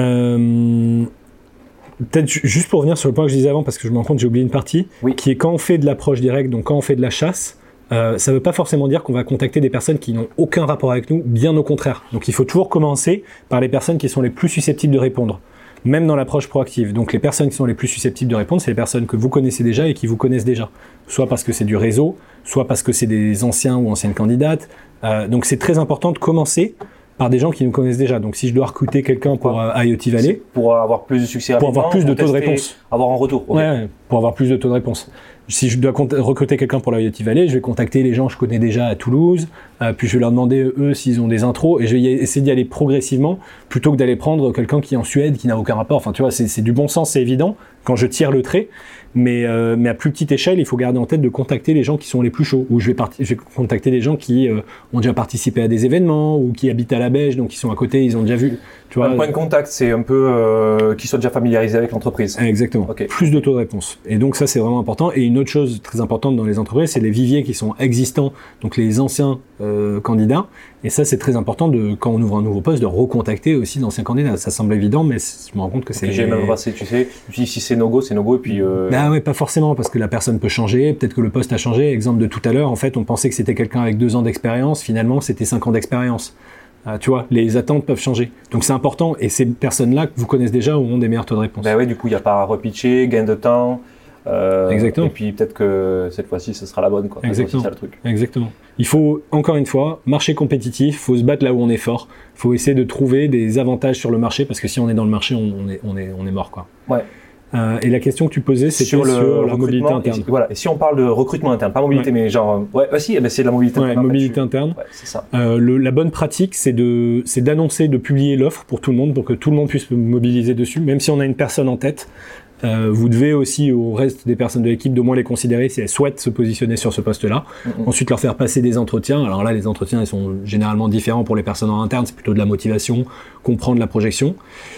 Peut-être juste pour revenir sur le point que je disais avant, parce que je me rends compte que j'ai oublié une partie, qui est quand on fait de l'approche directe, donc quand on fait de la chasse, ça ne veut pas forcément dire qu'on va contacter des personnes qui n'ont aucun rapport avec nous, bien au contraire. Donc il faut toujours commencer par les personnes qui sont les plus susceptibles de répondre, même dans l'approche proactive. Donc les personnes qui sont les plus susceptibles de répondre, c'est les personnes que vous connaissez déjà et qui vous connaissent déjà. Soit parce que c'est du réseau, soit parce que c'est des anciens ou anciennes candidates. Donc c'est très important de commencer par des gens qui nous connaissent déjà. Donc si je dois recruter quelqu'un pour IoT Valley, pour avoir plus de succès, pour avoir plus de taux de réponse, avoir un retour. Okay. Ouais, pour avoir plus de taux de réponse. Si je dois recruter quelqu'un pour l'IoT Valley, je vais contacter les gens que je connais déjà à Toulouse, puis je vais leur demander eux s'ils ont des intros, et je vais essayer d'y aller progressivement plutôt que d'aller prendre quelqu'un qui est en Suède qui n'a aucun rapport. Enfin, tu vois, c'est du bon sens, c'est évident quand je tire le trait. Mais à plus petite échelle, il faut garder en tête de contacter les gens qui sont les plus chauds. Ou je vais contacter les gens qui ont déjà participé à des événements ou qui habitent à la Beige, donc ils sont à côté, ils ont déjà vu. Tu vois, un point de contact, c'est un peu qu'ils soient déjà familiarisés avec l'entreprise. Exactement. Okay. Plus de taux de réponse. Et donc ça, c'est vraiment important. Et une autre chose très importante dans les entreprises, c'est les viviers qui sont existants, donc les anciens candidats. Et ça, c'est très important quand on ouvre un nouveau poste, de recontacter aussi d'anciens candidats. Ça semble évident, mais je me rends compte que c'est... J'ai même passé, tu sais, si c'est no-go, c'est no-go, et puis... Ah ouais, pas forcément, parce que la personne peut changer, peut-être que le poste a changé. Exemple de tout à l'heure, en fait, on pensait que c'était quelqu'un avec 2 ans d'expérience, finalement, c'était 5 ans d'expérience. Tu vois, les attentes peuvent changer. Donc c'est important, et ces personnes-là que vous connaissez déjà auront des meilleurs taux de réponse. Ben oui, du coup, il n'y a pas à repitcher, gain de temps... Exactement. Et puis peut-être que cette fois-ci, ce sera la bonne, quoi. Exactement. C'est ça le truc. Exactement. Il faut, encore une fois, marché compétitif, il faut se battre là où on est fort, il faut essayer de trouver des avantages sur le marché, parce que si on est dans le marché, on est mort, quoi. Ouais. Et la question que tu posais, c'était sur la mobilité interne. Voilà. Et si on parle de recrutement interne, pas mobilité, mais genre, c'est de la mobilité interne. Ouais, mobilité interne. Ouais, c'est ça. La bonne pratique, c'est d'annoncer, de publier l'offre pour tout le monde, pour que tout le monde puisse se mobiliser dessus, même si on a une personne en tête. Vous devez aussi au reste des personnes de l'équipe d'au moins les considérer si elles souhaitent se positionner sur ce poste-là. Ensuite, leur faire passer des entretiens. Alors là, les entretiens, ils sont généralement différents pour les personnes en interne. C'est plutôt de la motivation, comprendre la projection.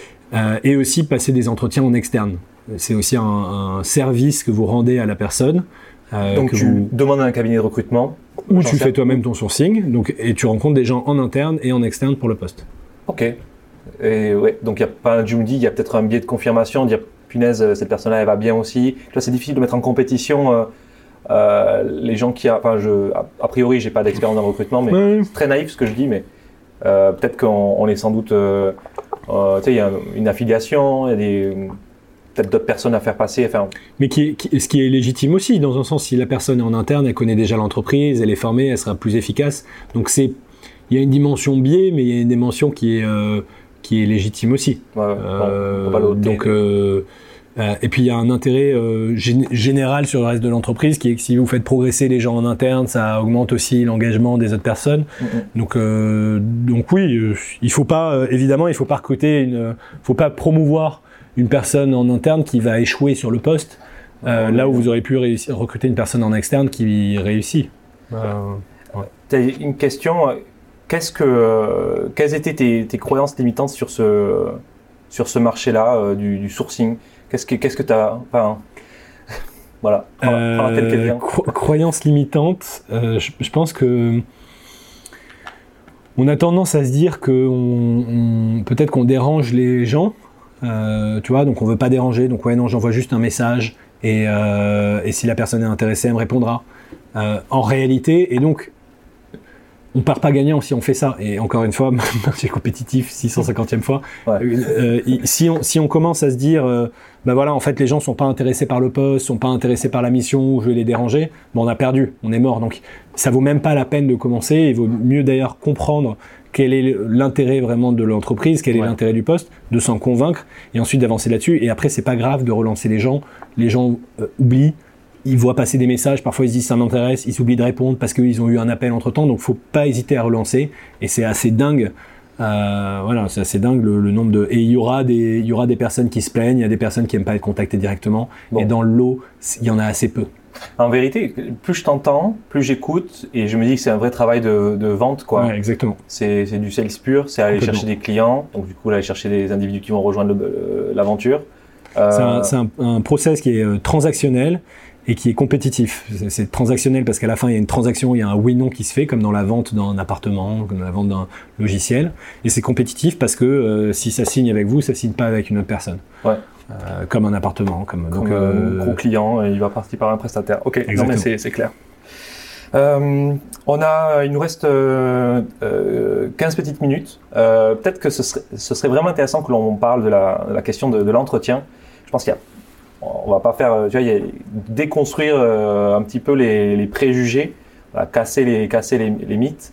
Et aussi passer des entretiens en externe. C'est aussi un service que vous rendez à la personne Donc tu demandes à un cabinet de recrutement. Ou tu fais toi-même ton sourcing, et tu rencontres des gens en interne et en externe pour le poste. Ok. Et ouais, donc tu me dis, il y a peut-être un biais de confirmation, dire punaise, cette personne-là, elle va bien aussi. Là, c'est difficile de mettre en compétition les gens qui... a priori, j'ai pas d'expérience dans le recrutement, mais c'est très naïf ce que je dis, mais peut-être qu'on est sans doute... tu sais, il y a une affiliation, il y a peut-être d'autres personnes à faire passer. Mais ce qui est légitime aussi, dans un sens, si la personne est en interne, elle connaît déjà l'entreprise, elle est formée, elle sera plus efficace. Donc il y a une dimension biais, mais il y a une dimension qui est légitime aussi. Et puis il y a un intérêt général sur le reste de l'entreprise qui est que si vous faites progresser les gens en interne, ça augmente aussi l'engagement des autres personnes. Donc oui, il faut pas recruter faut pas promouvoir une personne en interne qui va échouer sur le poste, là où vous aurez pu recruter une personne en externe qui réussit. Tu as une question, quelles étaient tes croyances limitantes sur ce marché-là du sourcing? Qu'est-ce que tu as... voilà, prends la tête qu'elle vient. Croyances limitantes, je pense que on a tendance à se dire que peut-être qu'on dérange les gens. Tu vois, donc on veut pas déranger, donc ouais non, j'envoie juste un message et si la personne est intéressée, elle me répondra. En réalité, et donc on part pas gagnant si on fait ça. Et encore une fois, c'est compétitif, 650e fois. Si on commence à se dire, voilà, en fait les gens sont pas intéressés par le poste, sont pas intéressés par la mission, je vais les déranger, on a perdu, on est mort. Donc ça vaut même pas la peine de commencer. Il vaut mieux d'ailleurs comprendre quel est l'intérêt vraiment de l'entreprise, quel est l'intérêt du poste, de s'en convaincre et ensuite d'avancer là-dessus. Et après, c'est pas grave de relancer les gens. Les gens oublient, ils voient passer des messages, parfois ils se disent ça m'intéresse, ils oublient de répondre parce qu'ils ont eu un appel entre-temps, donc faut pas hésiter à relancer. Et c'est assez dingue, c'est assez dingue le nombre de... Et il y aura des personnes qui se plaignent, il y a des personnes qui aiment pas être contactées directement, et dans le lot, il y en a assez peu. En vérité, plus je t'entends, plus j'écoute et je me dis que c'est un vrai travail de vente, quoi. Ouais, exactement. C'est du sales pur, c'est aller chercher des clients, donc du coup aller chercher des individus qui vont rejoindre l'aventure. C'est un process qui est transactionnel et qui est compétitif. C'est transactionnel parce qu'à la fin il y a une transaction, il y a un oui/non qui se fait comme dans la vente d'un appartement, comme dans la vente d'un logiciel. Et c'est compétitif parce que si ça signe avec vous, ça signe pas avec une autre personne. Ouais. Comme un appartement, comme gros client, il va partir par un prestataire. Ok, non mais c'est clair. Il nous reste 15 petites minutes. Peut-être que ce serait vraiment intéressant que l'on parle de la question de l'entretien. Je pense on va pas faire, déconstruire un petit peu les préjugés, casser les mythes.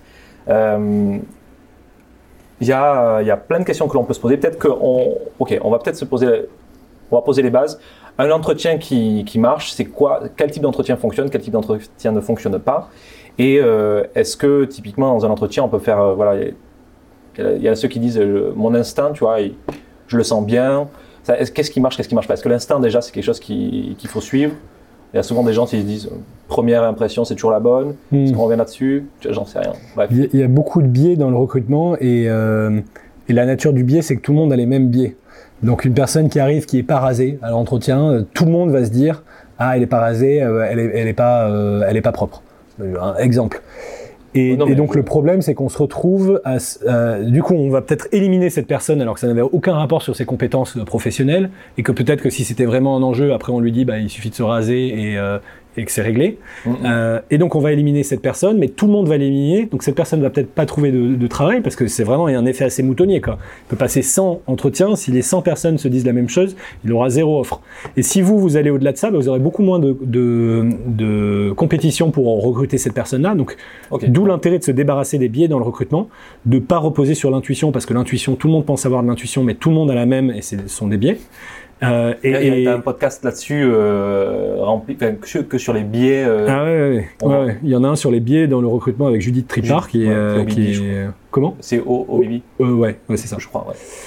Il y a plein de questions que l'on peut se poser. Peut-être on va peut-être on va poser les bases. Un entretien qui marche, c'est quoi? Quel type d'entretien fonctionne? Quel type d'entretien ne fonctionne pas? Et est-ce que typiquement dans un entretien, on peut faire, il y a ceux qui disent mon instinct, tu vois, je le sens bien. Qu'est-ce qui marche pas? Est-ce que l'instinct déjà c'est quelque chose qu'il faut suivre? Il y a souvent des gens qui se disent première impression c'est toujours la bonne. Est-ce qu'on revient là-dessus? J'en sais rien. Bref. Il y a beaucoup de biais dans le recrutement et la nature du biais c'est que tout le monde a les mêmes biais. Donc une personne qui arrive qui est pas rasée à l'entretien, tout le monde va se dire elle est pas rasée, elle est pas propre. Exemple. Et donc le problème c'est qu'on se retrouve du coup on va peut-être éliminer cette personne alors que ça n'avait aucun rapport sur ses compétences professionnelles et que peut-être que si c'était vraiment un enjeu, après on lui dit il suffit de se raser et que c'est réglé. Et donc on va éliminer cette personne, mais tout le monde va l'éliminer, donc cette personne va peut-être pas trouver de travail parce que c'est vraiment un effet assez moutonnier, quoi. Il peut passer 100 entretiens, si les 100 personnes se disent la même chose, il aura 0 offre. Et si vous allez au-delà de ça, vous aurez beaucoup moins de compétition pour recruter cette personne-là, donc d'où l'intérêt de se débarrasser des biais dans le recrutement, de pas reposer sur l'intuition, parce que l'intuition, tout le monde pense avoir de l'intuition, mais tout le monde a la même et ce sont des biais. Il y a un podcast là-dessus rempli que sur les biais. Ouais. Il y en a un sur les biais dans le recrutement avec Judith Tripart qui est comment? C'est OBB. Ouais, c'est ça. Je crois.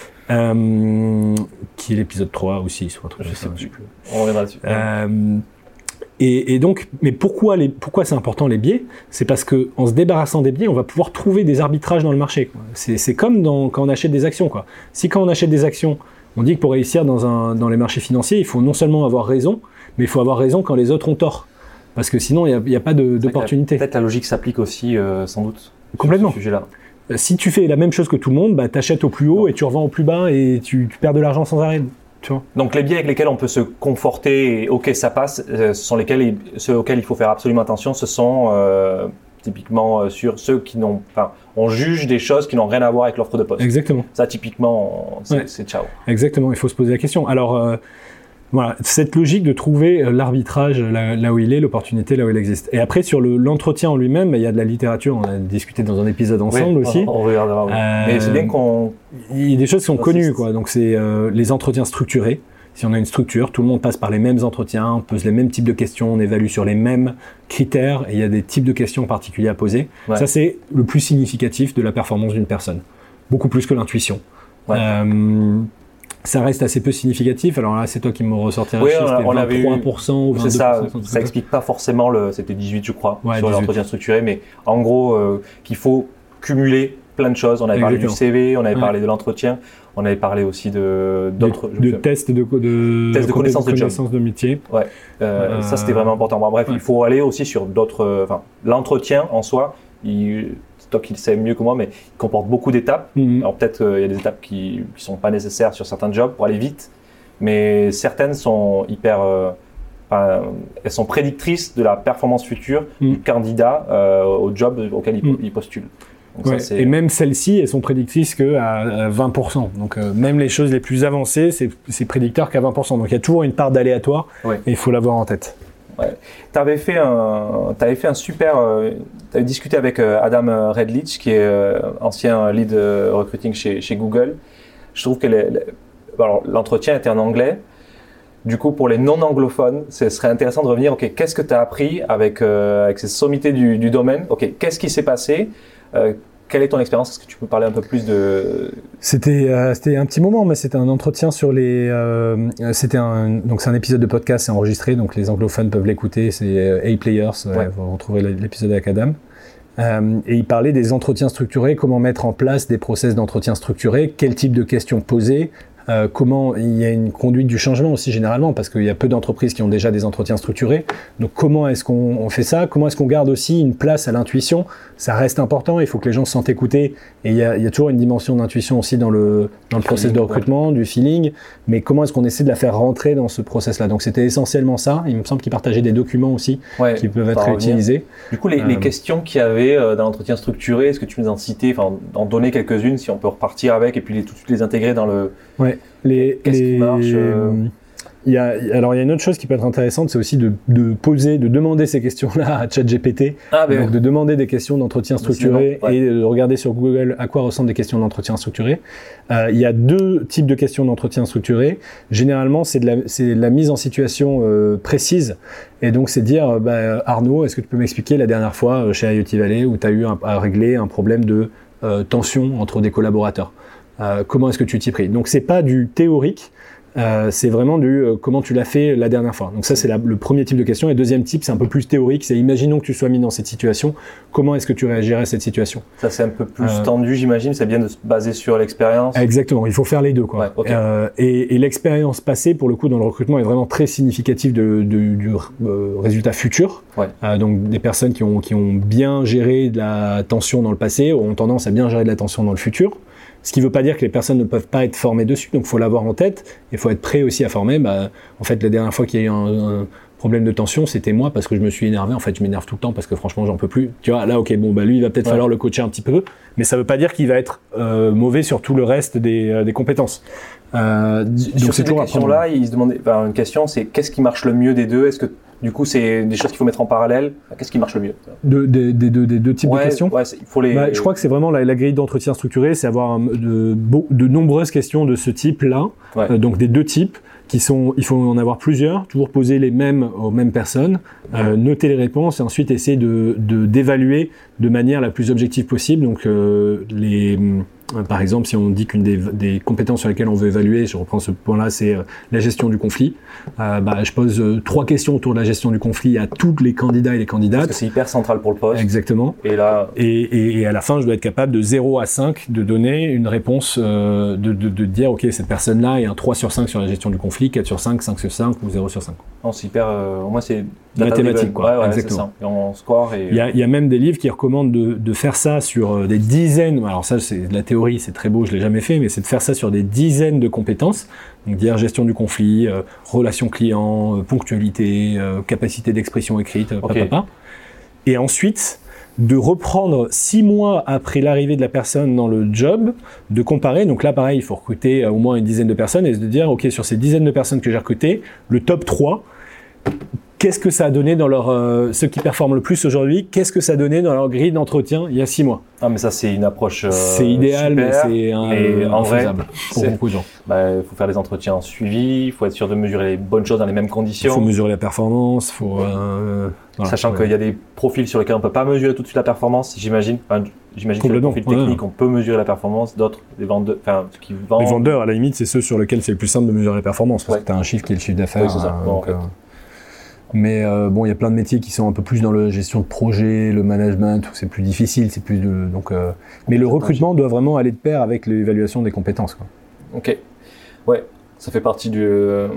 Qui est l'épisode 3 aussi, soit un truc. Je sais plus. On reviendra dessus. Et donc, mais pourquoi c'est important les biais? C'est parce que en se débarrassant des biais, on va pouvoir trouver des arbitrages dans le marché, quoi. C'est comme quand on achète des actions, quoi. Si quand on achète des actions, on dit que pour réussir dans les marchés financiers, il faut non seulement avoir raison, mais il faut avoir raison quand les autres ont tort. parce que sinon il y a pas d'opportunité. Peut-être la logique s'applique aussi sans doute. Complètement. Sur ce sujet-là. Si tu fais la même chose que tout le monde, bah t'achètes au plus haut et tu revends au plus bas et tu perds de l'argent sans arrêt. Tu vois. Donc les biais avec lesquels on peut se conforter et ok ça passe, ce sont ceux auxquels il faut faire absolument attention. Ce sont typiquement sur ceux qui n'ont, enfin, on juge des choses qui n'ont rien à voir avec l'offre de poste. Exactement. Ça typiquement, c'est ciao. Exactement. Il faut se poser la question. Alors voilà, cette logique de trouver l'arbitrage là où il est, l'opportunité là où il existe. Et après, sur l'entretien en lui-même, il y a de la littérature, on a discuté dans un épisode ensemble aussi. On regardera, oui. Mais c'est bien qu'on... Il y a des choses qui sont connues, quoi. Donc c'est les entretiens structurés. Si on a une structure, tout le monde passe par les mêmes entretiens, on pose les mêmes types de questions, on évalue sur les mêmes critères, et il y a des types de questions particuliers à poser. Ouais. Ça, c'est le plus significatif de la performance d'une personne. Beaucoup plus que l'intuition. Ouais. Ça reste assez peu significatif. Alors là, c'est toi qui me ressortirais le chiffre, c'était 23% ou 22%. C'est ça, ça explique pas forcément c'était 18 je crois, sur l'entretien structuré, mais en gros, qu'il faut cumuler plein de choses. On avait parlé du CV, on avait parlé de l'entretien, on avait parlé aussi d'autres... De tests de connaissances de métier. Ouais, ça c'était vraiment important. Bon, bref, il faut aller aussi sur d'autres... Enfin, l'entretien en soi, c'est toi qui le sais mieux que moi, mais il comporte beaucoup d'étapes. Alors peut-être il y a des étapes qui sont pas nécessaires sur certains jobs pour aller vite, mais certaines sont hyper... elles sont prédictrices de la performance future du candidat au job auquel il postule. Donc ouais, ça, et même celles-ci, elles sont prédictrices qu'à 20%. Donc même les choses les plus avancées, c'est prédicteur qu'à 20%. Donc il y a toujours une part d'aléatoire et il faut l'avoir en tête. Ouais. T'avais fait un super... t'avais discuté avec Adam Redlich, qui est ancien lead recruiting chez Google. Je trouve que l'entretien était en anglais. Du coup, pour les non-anglophones, ce serait intéressant de revenir, ok, qu'est-ce que tu as appris avec ces sommités du domaine? Ok, qu'est-ce qui s'est passé? Quelle est ton expérience? Est-ce que tu peux parler un peu plus de... C'était un petit moment, mais c'était un entretien sur les... donc c'est un épisode de podcast, c'est enregistré, donc les anglophones peuvent l'écouter, c'est A-Players, vous retrouverez l'épisode avec Adam. Et il parlait des entretiens structurés, comment mettre en place des process d'entretien structurés, quel type de questions poser, comment il y a une conduite du changement aussi généralement, parce qu'il y a peu d'entreprises qui ont déjà des entretiens structurés. Donc comment est-ce qu'on fait ça? Comment est-ce qu'on garde aussi une place à l'intuition? Ça reste important, il faut que les gens se sentent écoutés. Et il y a toujours une dimension d'intuition aussi dans le process de recrutement, du feeling. Mais comment est-ce qu'on essaie de la faire rentrer dans ce process-là? Donc c'était essentiellement ça. Il me semble qu'il partageait des documents aussi qui peuvent être réutilisés. Du coup, les questions qu'il y avait dans l'entretien structuré, est-ce que tu nous en citais, enfin, en donner quelques-unes si on peut repartir avec et puis tout de suite les intégrer dans le... Ouais. Qu'est-ce qui marche il y a une autre chose qui peut être intéressante, c'est aussi de demander ces questions-là à ChatGPT. Donc de demander des questions d'entretien structuré et de regarder sur Google à quoi ressemblent des questions d'entretien structuré. Il y a deux types de questions d'entretien structuré. Généralement, c'est de la mise en situation précise. Et donc, c'est dire, Arnaud, est-ce que tu peux m'expliquer la dernière fois chez IoT Valley où tu as eu à régler un problème de tension entre des collaborateurs? Comment est-ce que tu t'y pris? Donc, c'est pas du théorique. C'est vraiment comment tu l'as fait la dernière fois. Donc ça, c'est le premier type de question. Et deuxième type, c'est un peu plus théorique. C'est imaginons que tu sois mis dans cette situation. Comment est-ce que tu réagirais à cette situation? Ça, c'est un peu plus tendu, j'imagine. C'est bien de se baser sur l'expérience. Exactement. Il faut faire les deux, quoi. Ouais, okay. Et l'expérience passée, pour le coup, dans le recrutement, est vraiment très significative du résultat futur. Ouais. Donc des personnes qui ont bien géré de la tension dans le passé ont tendance à bien gérer de la tension dans le futur. Ce qui ne veut pas dire que les personnes ne peuvent pas être formées dessus, donc il faut l'avoir en tête, il faut être prêt aussi à former. En fait, la dernière fois qu'il y a eu un problème de tension, c'était moi parce que je me suis énervé. En fait, je m'énerve tout le temps parce que franchement, j'en peux plus. Tu vois, là, ok, lui, il va peut-être falloir le coacher un petit peu, mais ça ne veut pas dire qu'il va être mauvais sur tout le reste des compétences. Sur ces questions-là, il se demandait, une question, c'est qu'est-ce qui marche le mieux des deux? Est-ce que du coup, c'est des choses qu'il faut mettre en parallèle? Qu'est-ce qui marche le mieux? Des deux types de questions? Il faut les... je crois que c'est vraiment la grille d'entretien structuré, c'est avoir de nombreuses questions de ce type-là, donc des deux types, il faut en avoir plusieurs, toujours poser les mêmes aux mêmes personnes, noter les réponses et ensuite essayer d'évaluer de manière la plus objective possible. Donc Par exemple, si on dit qu'une des compétences sur lesquelles on veut évaluer, je reprends ce point-là, c'est la gestion du conflit. Je pose 3 questions autour de la gestion du conflit à tous les candidats et les candidates. Parce que c'est hyper central pour le poste. Exactement. Et là, et à la fin, je dois être capable de 0 à 5 de donner une réponse, de dire, OK, cette personne-là est un 3 sur 5 sur la gestion du conflit, 4 sur 5, 5 sur 5 ou 0 sur 5. non, c'est hyper... au moins, c'est... Mathématique, quoi. Ouais, Exactement. c'est ça. Et on score et... Il y a même des livres qui recommandent de faire ça sur des dizaines, alors ça c'est de la théorie, c'est très beau, je l'ai jamais fait, mais c'est de faire ça sur des dizaines de compétences, donc dire gestion du conflit, relations clients, ponctualité, capacité d'expression écrite, et ensuite de reprendre 6 mois après l'arrivée de la personne dans le job, de comparer, donc là pareil, il faut recruter au moins une dizaine de personnes, et de dire, ok, sur ces dizaines de personnes que j'ai recrutées, le top 3, qu'est-ce que ça a donné dans ceux qui performent le plus aujourd'hui, qu'est-ce que ça a donné dans leur grille d'entretien il y a 6 mois. Ah, mais ça, c'est une approche c'est idéal, super, mais c'est infaisable pour beaucoup de gens. Il faut faire des entretiens suivis, il faut être sûr de mesurer les bonnes choses dans les mêmes conditions. Il faut mesurer la performance, sachant qu'il y a des profils sur lesquels on ne peut pas mesurer tout de suite la performance, j'imagine. J'imagine que sur les profils techniques, on peut mesurer la performance, d'autres, les vendeurs, ceux qui vendent. Les vendeurs, à la limite, c'est ceux sur lesquels c'est le plus simple de mesurer la performance, parce que tu as un chiffre qui est le chiffre d'affaires. Oui, c'est ça. Mais il y a plein de métiers qui sont un peu plus dans la gestion de projet, le management, où c'est plus difficile, c'est plus de... mais le recrutement doit vraiment aller de pair avec l'évaluation des compétences, quoi. Ok. Ouais, ça fait partie du...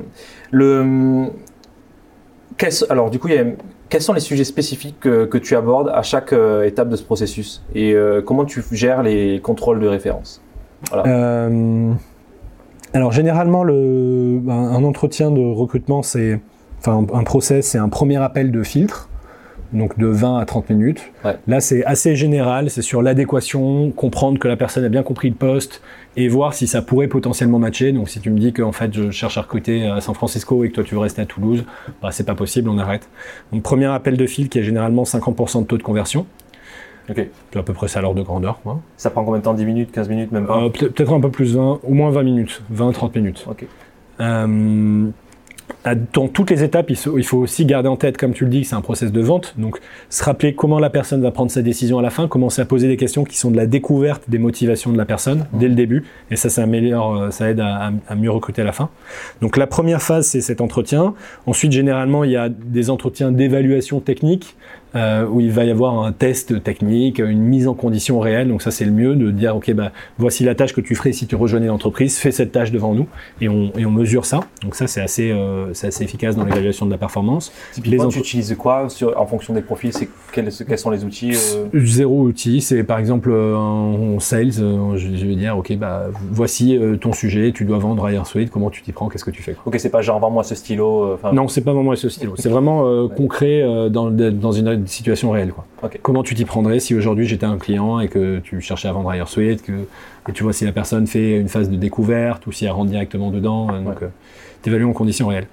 Alors, du coup, quels sont les sujets spécifiques que tu abordes à chaque étape de ce processus? Et comment tu gères les contrôles de référence? Voilà. Alors, généralement, un entretien de recrutement, un process, c'est un premier appel de filtre, donc de 20 à 30 minutes. Ouais. Là, c'est assez général, c'est sur l'adéquation, comprendre que la personne a bien compris le poste et voir si ça pourrait potentiellement matcher. Donc, si tu me dis que en fait, je cherche à recruter à San Francisco et que toi, tu veux rester à Toulouse, c'est pas possible, on arrête. Donc, premier appel de filtre qui a généralement 50% de taux de conversion. Ok. C'est à peu près ça l'ordre de grandeur, quoi. Ça prend combien de temps? 10 minutes, 15 minutes, même pas? Peut-être un peu plus, au moins 20 minutes, 20-30 minutes. Ok. Dans toutes les étapes, il faut aussi garder en tête, comme tu le dis, que c'est un process de vente. Donc, se rappeler comment la personne va prendre sa décision à la fin, commencer à poser des questions qui sont de la découverte des motivations de la personne dès le début. Et ça aide à mieux recruter à la fin. Donc, la première phase, c'est cet entretien. Ensuite, généralement, il y a des entretiens d'évaluation technique où il va y avoir un test technique, une mise en condition réelle. Donc ça, c'est le mieux de dire, ok, voici la tâche que tu ferais si tu rejoignais l'entreprise, fais cette tâche devant nous et on mesure ça. Donc ça, c'est assez efficace dans l'évaluation de la performance. Typiquement, tu utilises quoi en fonction des profils? Quels sont les outils? Zéro outil. C'est par exemple en sales, je vais dire, ok, voici ton sujet, tu dois vendre AirSuite, comment tu t'y prends, qu'est-ce que tu fais, quoi. Ok, c'est pas genre vends-moi ce stylo. Non, c'est pas vends-moi ce stylo. C'est vraiment concret dans une situation réelle, quoi. Okay. Comment tu t'y prendrais si aujourd'hui j'étais un client et que tu cherchais à vendre AirSuite, et tu vois si la personne fait une phase de découverte ou si elle rentre directement dedans. Donc, t'évalues en conditions réelles.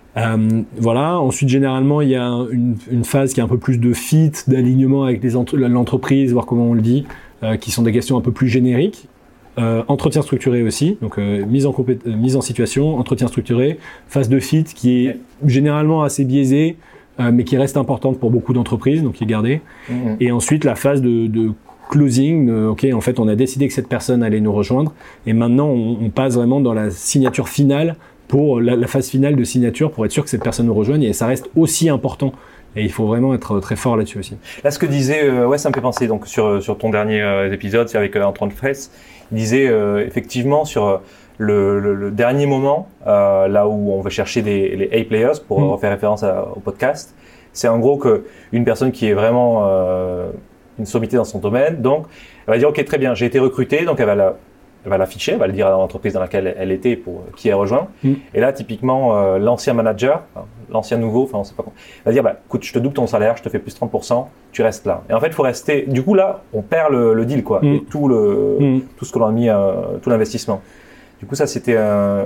Voilà. Ensuite, généralement, il y a une phase qui est un peu plus de fit, d'alignement avec l'entreprise, voir comment on le dit, qui sont des questions un peu plus génériques. Entretien structuré aussi, donc mise en situation, entretien structuré, phase de fit qui est généralement assez biaisée, mais qui reste importante pour beaucoup d'entreprises, donc qui est gardée. Et ensuite, la phase de closing, ok, en fait, on a décidé que cette personne allait nous rejoindre, et maintenant, on passe vraiment dans la signature finale, pour la phase finale de signature, pour être sûr que cette personne nous rejoigne, et ça reste aussi important. Et il faut vraiment être très fort là-dessus aussi. Là, ce que disait, ça me fait penser donc sur ton dernier épisode, c'est avec Antoine Fraisse, il disait effectivement sur le dernier moment, là où on va chercher les A-players pour faire référence au podcast, c'est en gros qu'une personne qui est vraiment une sommité dans son domaine, donc elle va dire ok, très bien, j'ai été recrutée, donc elle va l'afficher, elle va le dire à l'entreprise dans laquelle elle était pour qui elle rejoint. Et là, typiquement, l'ancien manager, l'ancien nouveau, on sait pas quoi, va dire écoute, je te double ton salaire, je te fais plus 30%, tu restes là. Et en fait, il faut rester. Du coup, là, on perd le deal, quoi, et tout ce que l'on a mis, tout l'investissement. Du coup, ça, c'était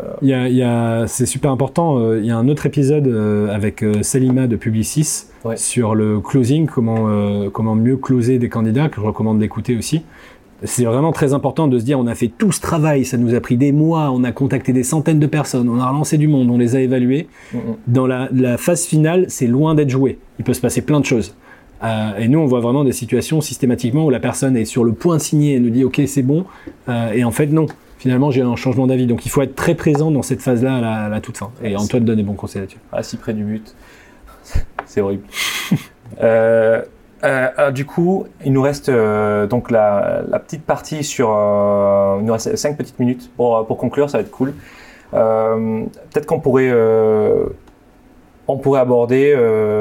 c'est super important. Il y a un autre épisode avec Salima de Publicis sur le closing, comment mieux closer des candidats, que je recommande d'écouter aussi. C'est vraiment très important de se dire, on a fait tout ce travail, ça nous a pris des mois, on a contacté des centaines de personnes, on a relancé du monde, on les a évalués. Dans la phase finale, c'est loin d'être joué. Il peut se passer plein de choses. Et nous, on voit vraiment des situations systématiquement où la personne est sur le point de signer et nous dit « Ok, c'est bon », et en fait, non. Finalement, j'ai un changement d'avis. Donc, il faut être très présent dans cette phase-là à la toute fin. Et Antoine donne des bons conseils là-dessus. Si près du but. C'est horrible. Du coup, il nous reste donc la petite partie sur... il nous reste 5 petites minutes pour conclure, ça va être cool. Peut-être qu'on pourrait aborder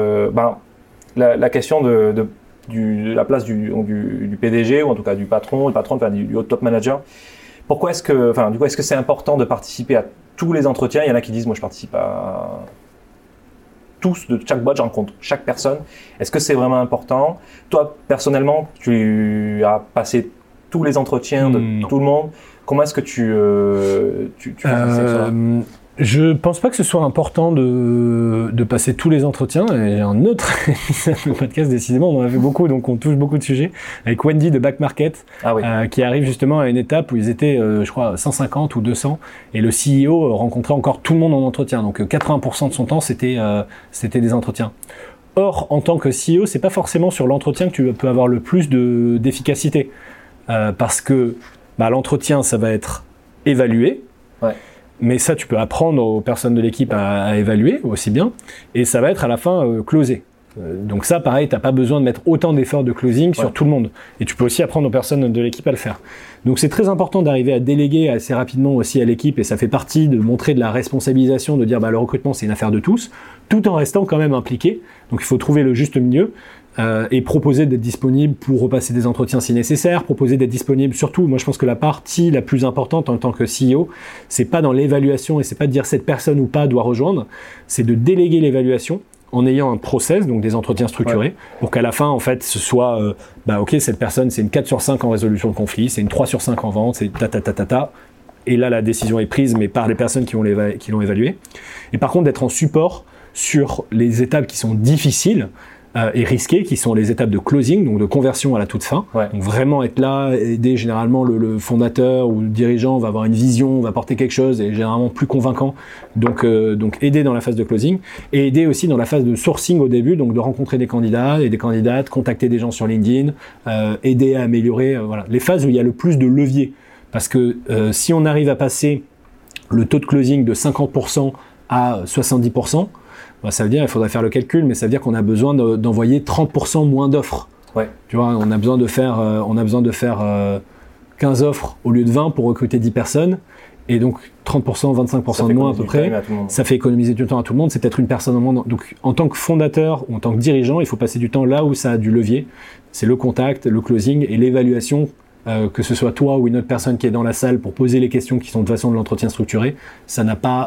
la question de la place du PDG, ou en tout cas du patron, du haut top manager. Pourquoi est-ce que c'est important de participer à tous les entretiens? Il y en a qui disent, moi je participe à tous, de chaque boîte, je rencontre chaque personne. Est-ce que c'est vraiment important? Toi, personnellement, tu as passé tous les entretiens de tout le monde. Comment est-ce que tu penses ça? Je pense pas que ce soit important de passer tous les entretiens. Et j'ai un autre podcast, décidément, on en a fait beaucoup, donc on touche beaucoup de sujets, avec Wendy de Back Market, qui arrive justement à une étape où ils étaient, je crois, 150 ou 200, et le CEO rencontrait encore tout le monde en entretien. Donc 80% de son temps, c'était des entretiens. Or, en tant que CEO, c'est pas forcément sur l'entretien que tu peux avoir le plus d'efficacité. Parce que l'entretien, ça va être évalué. Ouais. Mais ça, tu peux apprendre aux personnes de l'équipe à évaluer aussi bien. Et ça va être à la fin closé. Donc ça, pareil, tu n'as pas besoin de mettre autant d'efforts de closing sur tout le monde. Et tu peux aussi apprendre aux personnes de l'équipe à le faire. Donc c'est très important d'arriver à déléguer assez rapidement aussi à l'équipe. Et ça fait partie de montrer de la responsabilisation, de dire le recrutement, c'est une affaire de tous, tout en restant quand même impliqué. Donc il faut trouver le juste milieu. Et proposer d'être disponible pour repasser des entretiens si nécessaire, proposer d'être disponible surtout, moi je pense que la partie la plus importante en tant que CEO, c'est pas dans l'évaluation et c'est pas de dire cette personne ou pas doit rejoindre, c'est de déléguer l'évaluation en ayant un process, donc des entretiens structurés, pour qu'à la fin en fait ce soit ok, cette personne c'est une 4 sur 5 en résolution de conflit, c'est une 3 sur 5 en vente, c'est et là la décision est prise mais par les personnes qui l'ont évalué. Et par contre d'être en support sur les étapes qui sont difficiles et risquées, qui sont les étapes de closing, donc de conversion à la toute fin. Ouais. Donc vraiment être là, aider généralement le fondateur ou le dirigeant va avoir une vision, va porter quelque chose et généralement plus convaincant. Donc aider dans la phase de closing et aider aussi dans la phase de sourcing au début, donc de rencontrer des candidats et des candidates, contacter des gens sur LinkedIn, aider à améliorer les phases où il y a le plus de levier. Parce que si on arrive à passer le taux de closing de 50% à 70%, ça veut dire, il faudrait faire le calcul, mais ça veut dire qu'on a besoin d'envoyer 30% moins d'offres. Ouais. Tu vois, on a besoin de faire 15 offres au lieu de 20 pour recruter 10 personnes. Et donc 30%, 25% de moins à peu près, ça fait économiser du temps à tout le monde. C'est peut-être une personne en moins. Donc en tant que fondateur ou en tant que dirigeant, il faut passer du temps là où ça a du levier. C'est le contact, le closing et l'évaluation. Que ce soit toi ou une autre personne qui est dans la salle pour poser les questions qui sont de toute façon de l'entretien structuré, ça n'a pas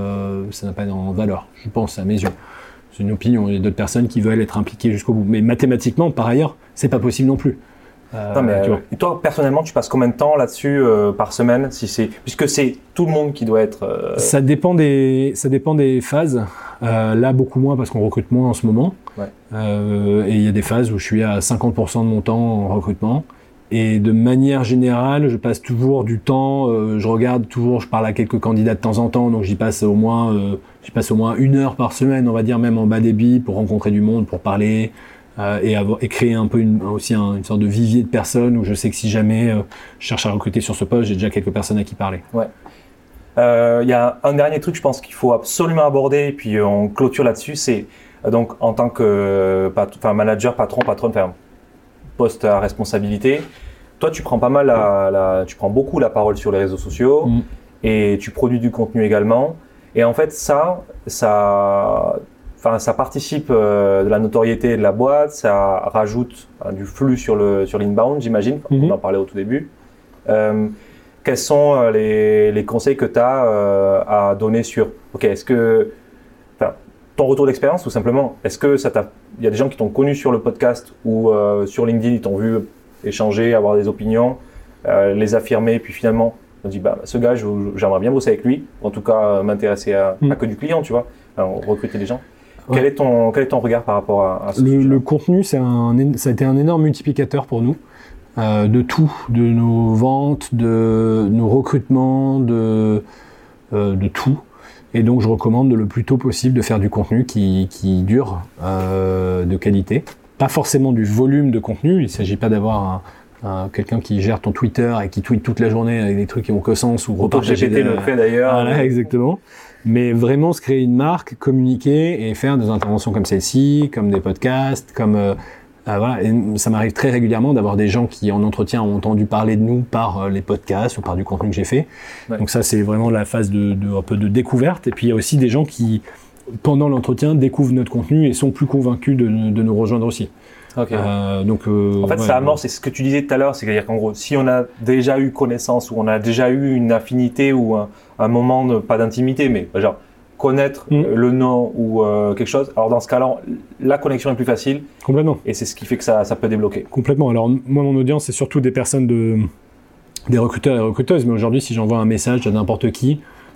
en valeur, je pense, à mes yeux. C'est une opinion, il y a d'autres personnes qui veulent être impliquées jusqu'au bout. Mais mathématiquement, par ailleurs, c'est pas possible non plus. Et toi, personnellement, tu passes combien de temps là-dessus par semaine, puisque c'est tout le monde qui doit être... Ça dépend des phases. Là, beaucoup moins parce qu'on recrute moins en ce moment. Ouais. Et il y a des phases où je suis à 50% de mon temps en recrutement. Et de manière générale, je passe toujours du temps, je parle à quelques candidats de temps en temps, donc j'y passe au moins 1 heure par semaine, on va dire, même en bas débit, pour rencontrer du monde, pour parler, et créer un peu une sorte de vivier de personnes où je sais que si jamais je cherche à recruter sur ce poste, j'ai déjà quelques personnes à qui parler. Ouais. Il y a un dernier truc, je pense qu'il faut absolument aborder, et puis on clôture là-dessus, c'est donc en tant que manager, patronne, poste à responsabilité, toi tu prends tu prends beaucoup la parole sur les réseaux sociaux et tu produis du contenu également. Et en fait ça participe de la notoriété de la boîte, ça rajoute du flux sur l'inbound, j'imagine. On en parlait au tout début. Quels sont les conseils que tu as à donner sur est-ce que ton retour d'expérience, tout simplement, est-ce que il y a des gens qui t'ont connu sur le podcast ou sur LinkedIn, ils t'ont vu échanger, avoir des opinions, les affirmer, puis finalement, on dit ce gars, j'aimerais bien bosser avec lui, en tout cas m'intéresser à que du client, tu vois, recruter des gens. Ouais. Quel est ton regard par rapport à ce le contenu, ça a été un énorme multiplicateur pour nous, de tout, de nos ventes, de nos recrutements, de tout. Et donc, je recommande le plus tôt possible de faire du contenu qui dure, de qualité. pas forcément du volume de contenu. Il ne s'agit pas d'avoir quelqu'un qui gère ton Twitter et qui tweet toute la journée avec des trucs qui n'ont que sens ou repartager GPT le fait d'ailleurs. Voilà, exactement. Mais vraiment se créer une marque, communiquer et faire des interventions comme celle-ci, comme des podcasts, comme voilà. Et ça m'arrive très régulièrement d'avoir des gens qui en entretien ont entendu parler de nous par les podcasts ou par du contenu que j'ai fait. Ouais. Donc ça, c'est vraiment la phase un peu de découverte. Et puis il y a aussi des gens qui, pendant l'entretien, découvrent notre contenu et sont plus convaincus de nous rejoindre aussi. Okay. En fait, ça amorce, c'est ce que tu disais tout à l'heure, c'est-à-dire qu'en gros, si on a déjà eu connaissance ou on a déjà eu une affinité ou un moment, pas d'intimité, mais genre connaître le nom ou quelque chose, alors dans ce cas-là, la connexion est plus facile. Complètement. Et c'est ce qui fait que ça peut débloquer. Complètement. Alors moi, mon audience, c'est surtout des personnes des recruteurs et recruteuses, mais aujourd'hui, si j'envoie un message à n'importe qui,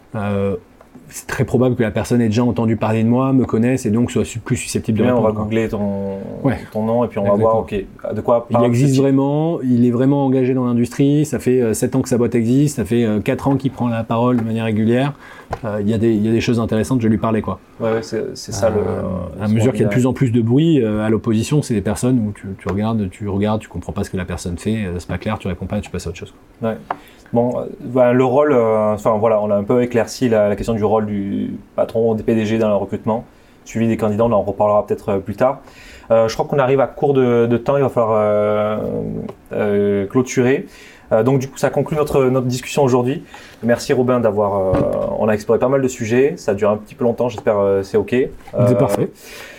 c'est très probable que la personne ait déjà entendu parler de moi, me connaisse et donc soit plus susceptible de répondre. On va googler ton nom et puis on va voir de quoi parle. Il existe vraiment, il est vraiment engagé dans l'industrie, ça fait 7 ans que sa boîte existe, ça fait 4 ans qu'il prend la parole de manière régulière. Il y a des choses intéressantes, je vais lui parler quoi. Ouais, c'est ça à mesure qu'il y a de plus en plus de bruit à l'opposition, c'est des personnes où tu regardes, tu comprends pas ce que la personne fait, c'est pas clair, tu réponds pas, tu passes à autre chose. Ouais. Bon, le rôle, on a un peu éclairci la question du rôle du patron, des PDG dans le recrutement, suivi des candidats, on en reparlera peut-être plus tard. Je crois qu'on arrive à court de temps, il va falloir clôturer. Donc du coup, ça conclut notre discussion aujourd'hui. Merci Robin on a exploré pas mal de sujets, ça dure un petit peu longtemps, j'espère c'est OK. C'est parfait.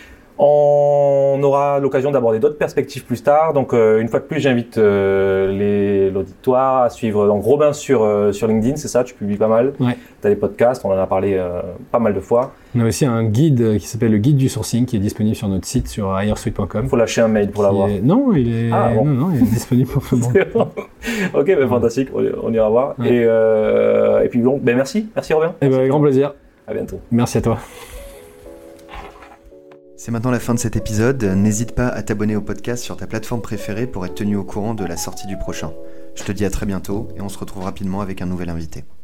On aura l'occasion d'aborder d'autres perspectives plus tard. Donc, une fois de plus, j'invite l'auditoire à suivre donc Robin sur LinkedIn, c'est ça, tu publies pas mal. Ouais. Tu as des podcasts, on en a parlé pas mal de fois. On a aussi un guide qui s'appelle le guide du sourcing qui est disponible sur notre site sur hiresuite.com. Il faut lâcher un mail pour l'avoir. Non, il est disponible pour tout le monde. Ok, fantastique, on ira voir. Ouais. Et puis bon, merci Robin. Avec grand plaisir. À bientôt. Merci à toi. C'est maintenant la fin de cet épisode. N'hésite pas à t'abonner au podcast sur ta plateforme préférée pour être tenu au courant de la sortie du prochain. Je te dis à très bientôt et on se retrouve rapidement avec un nouvel invité.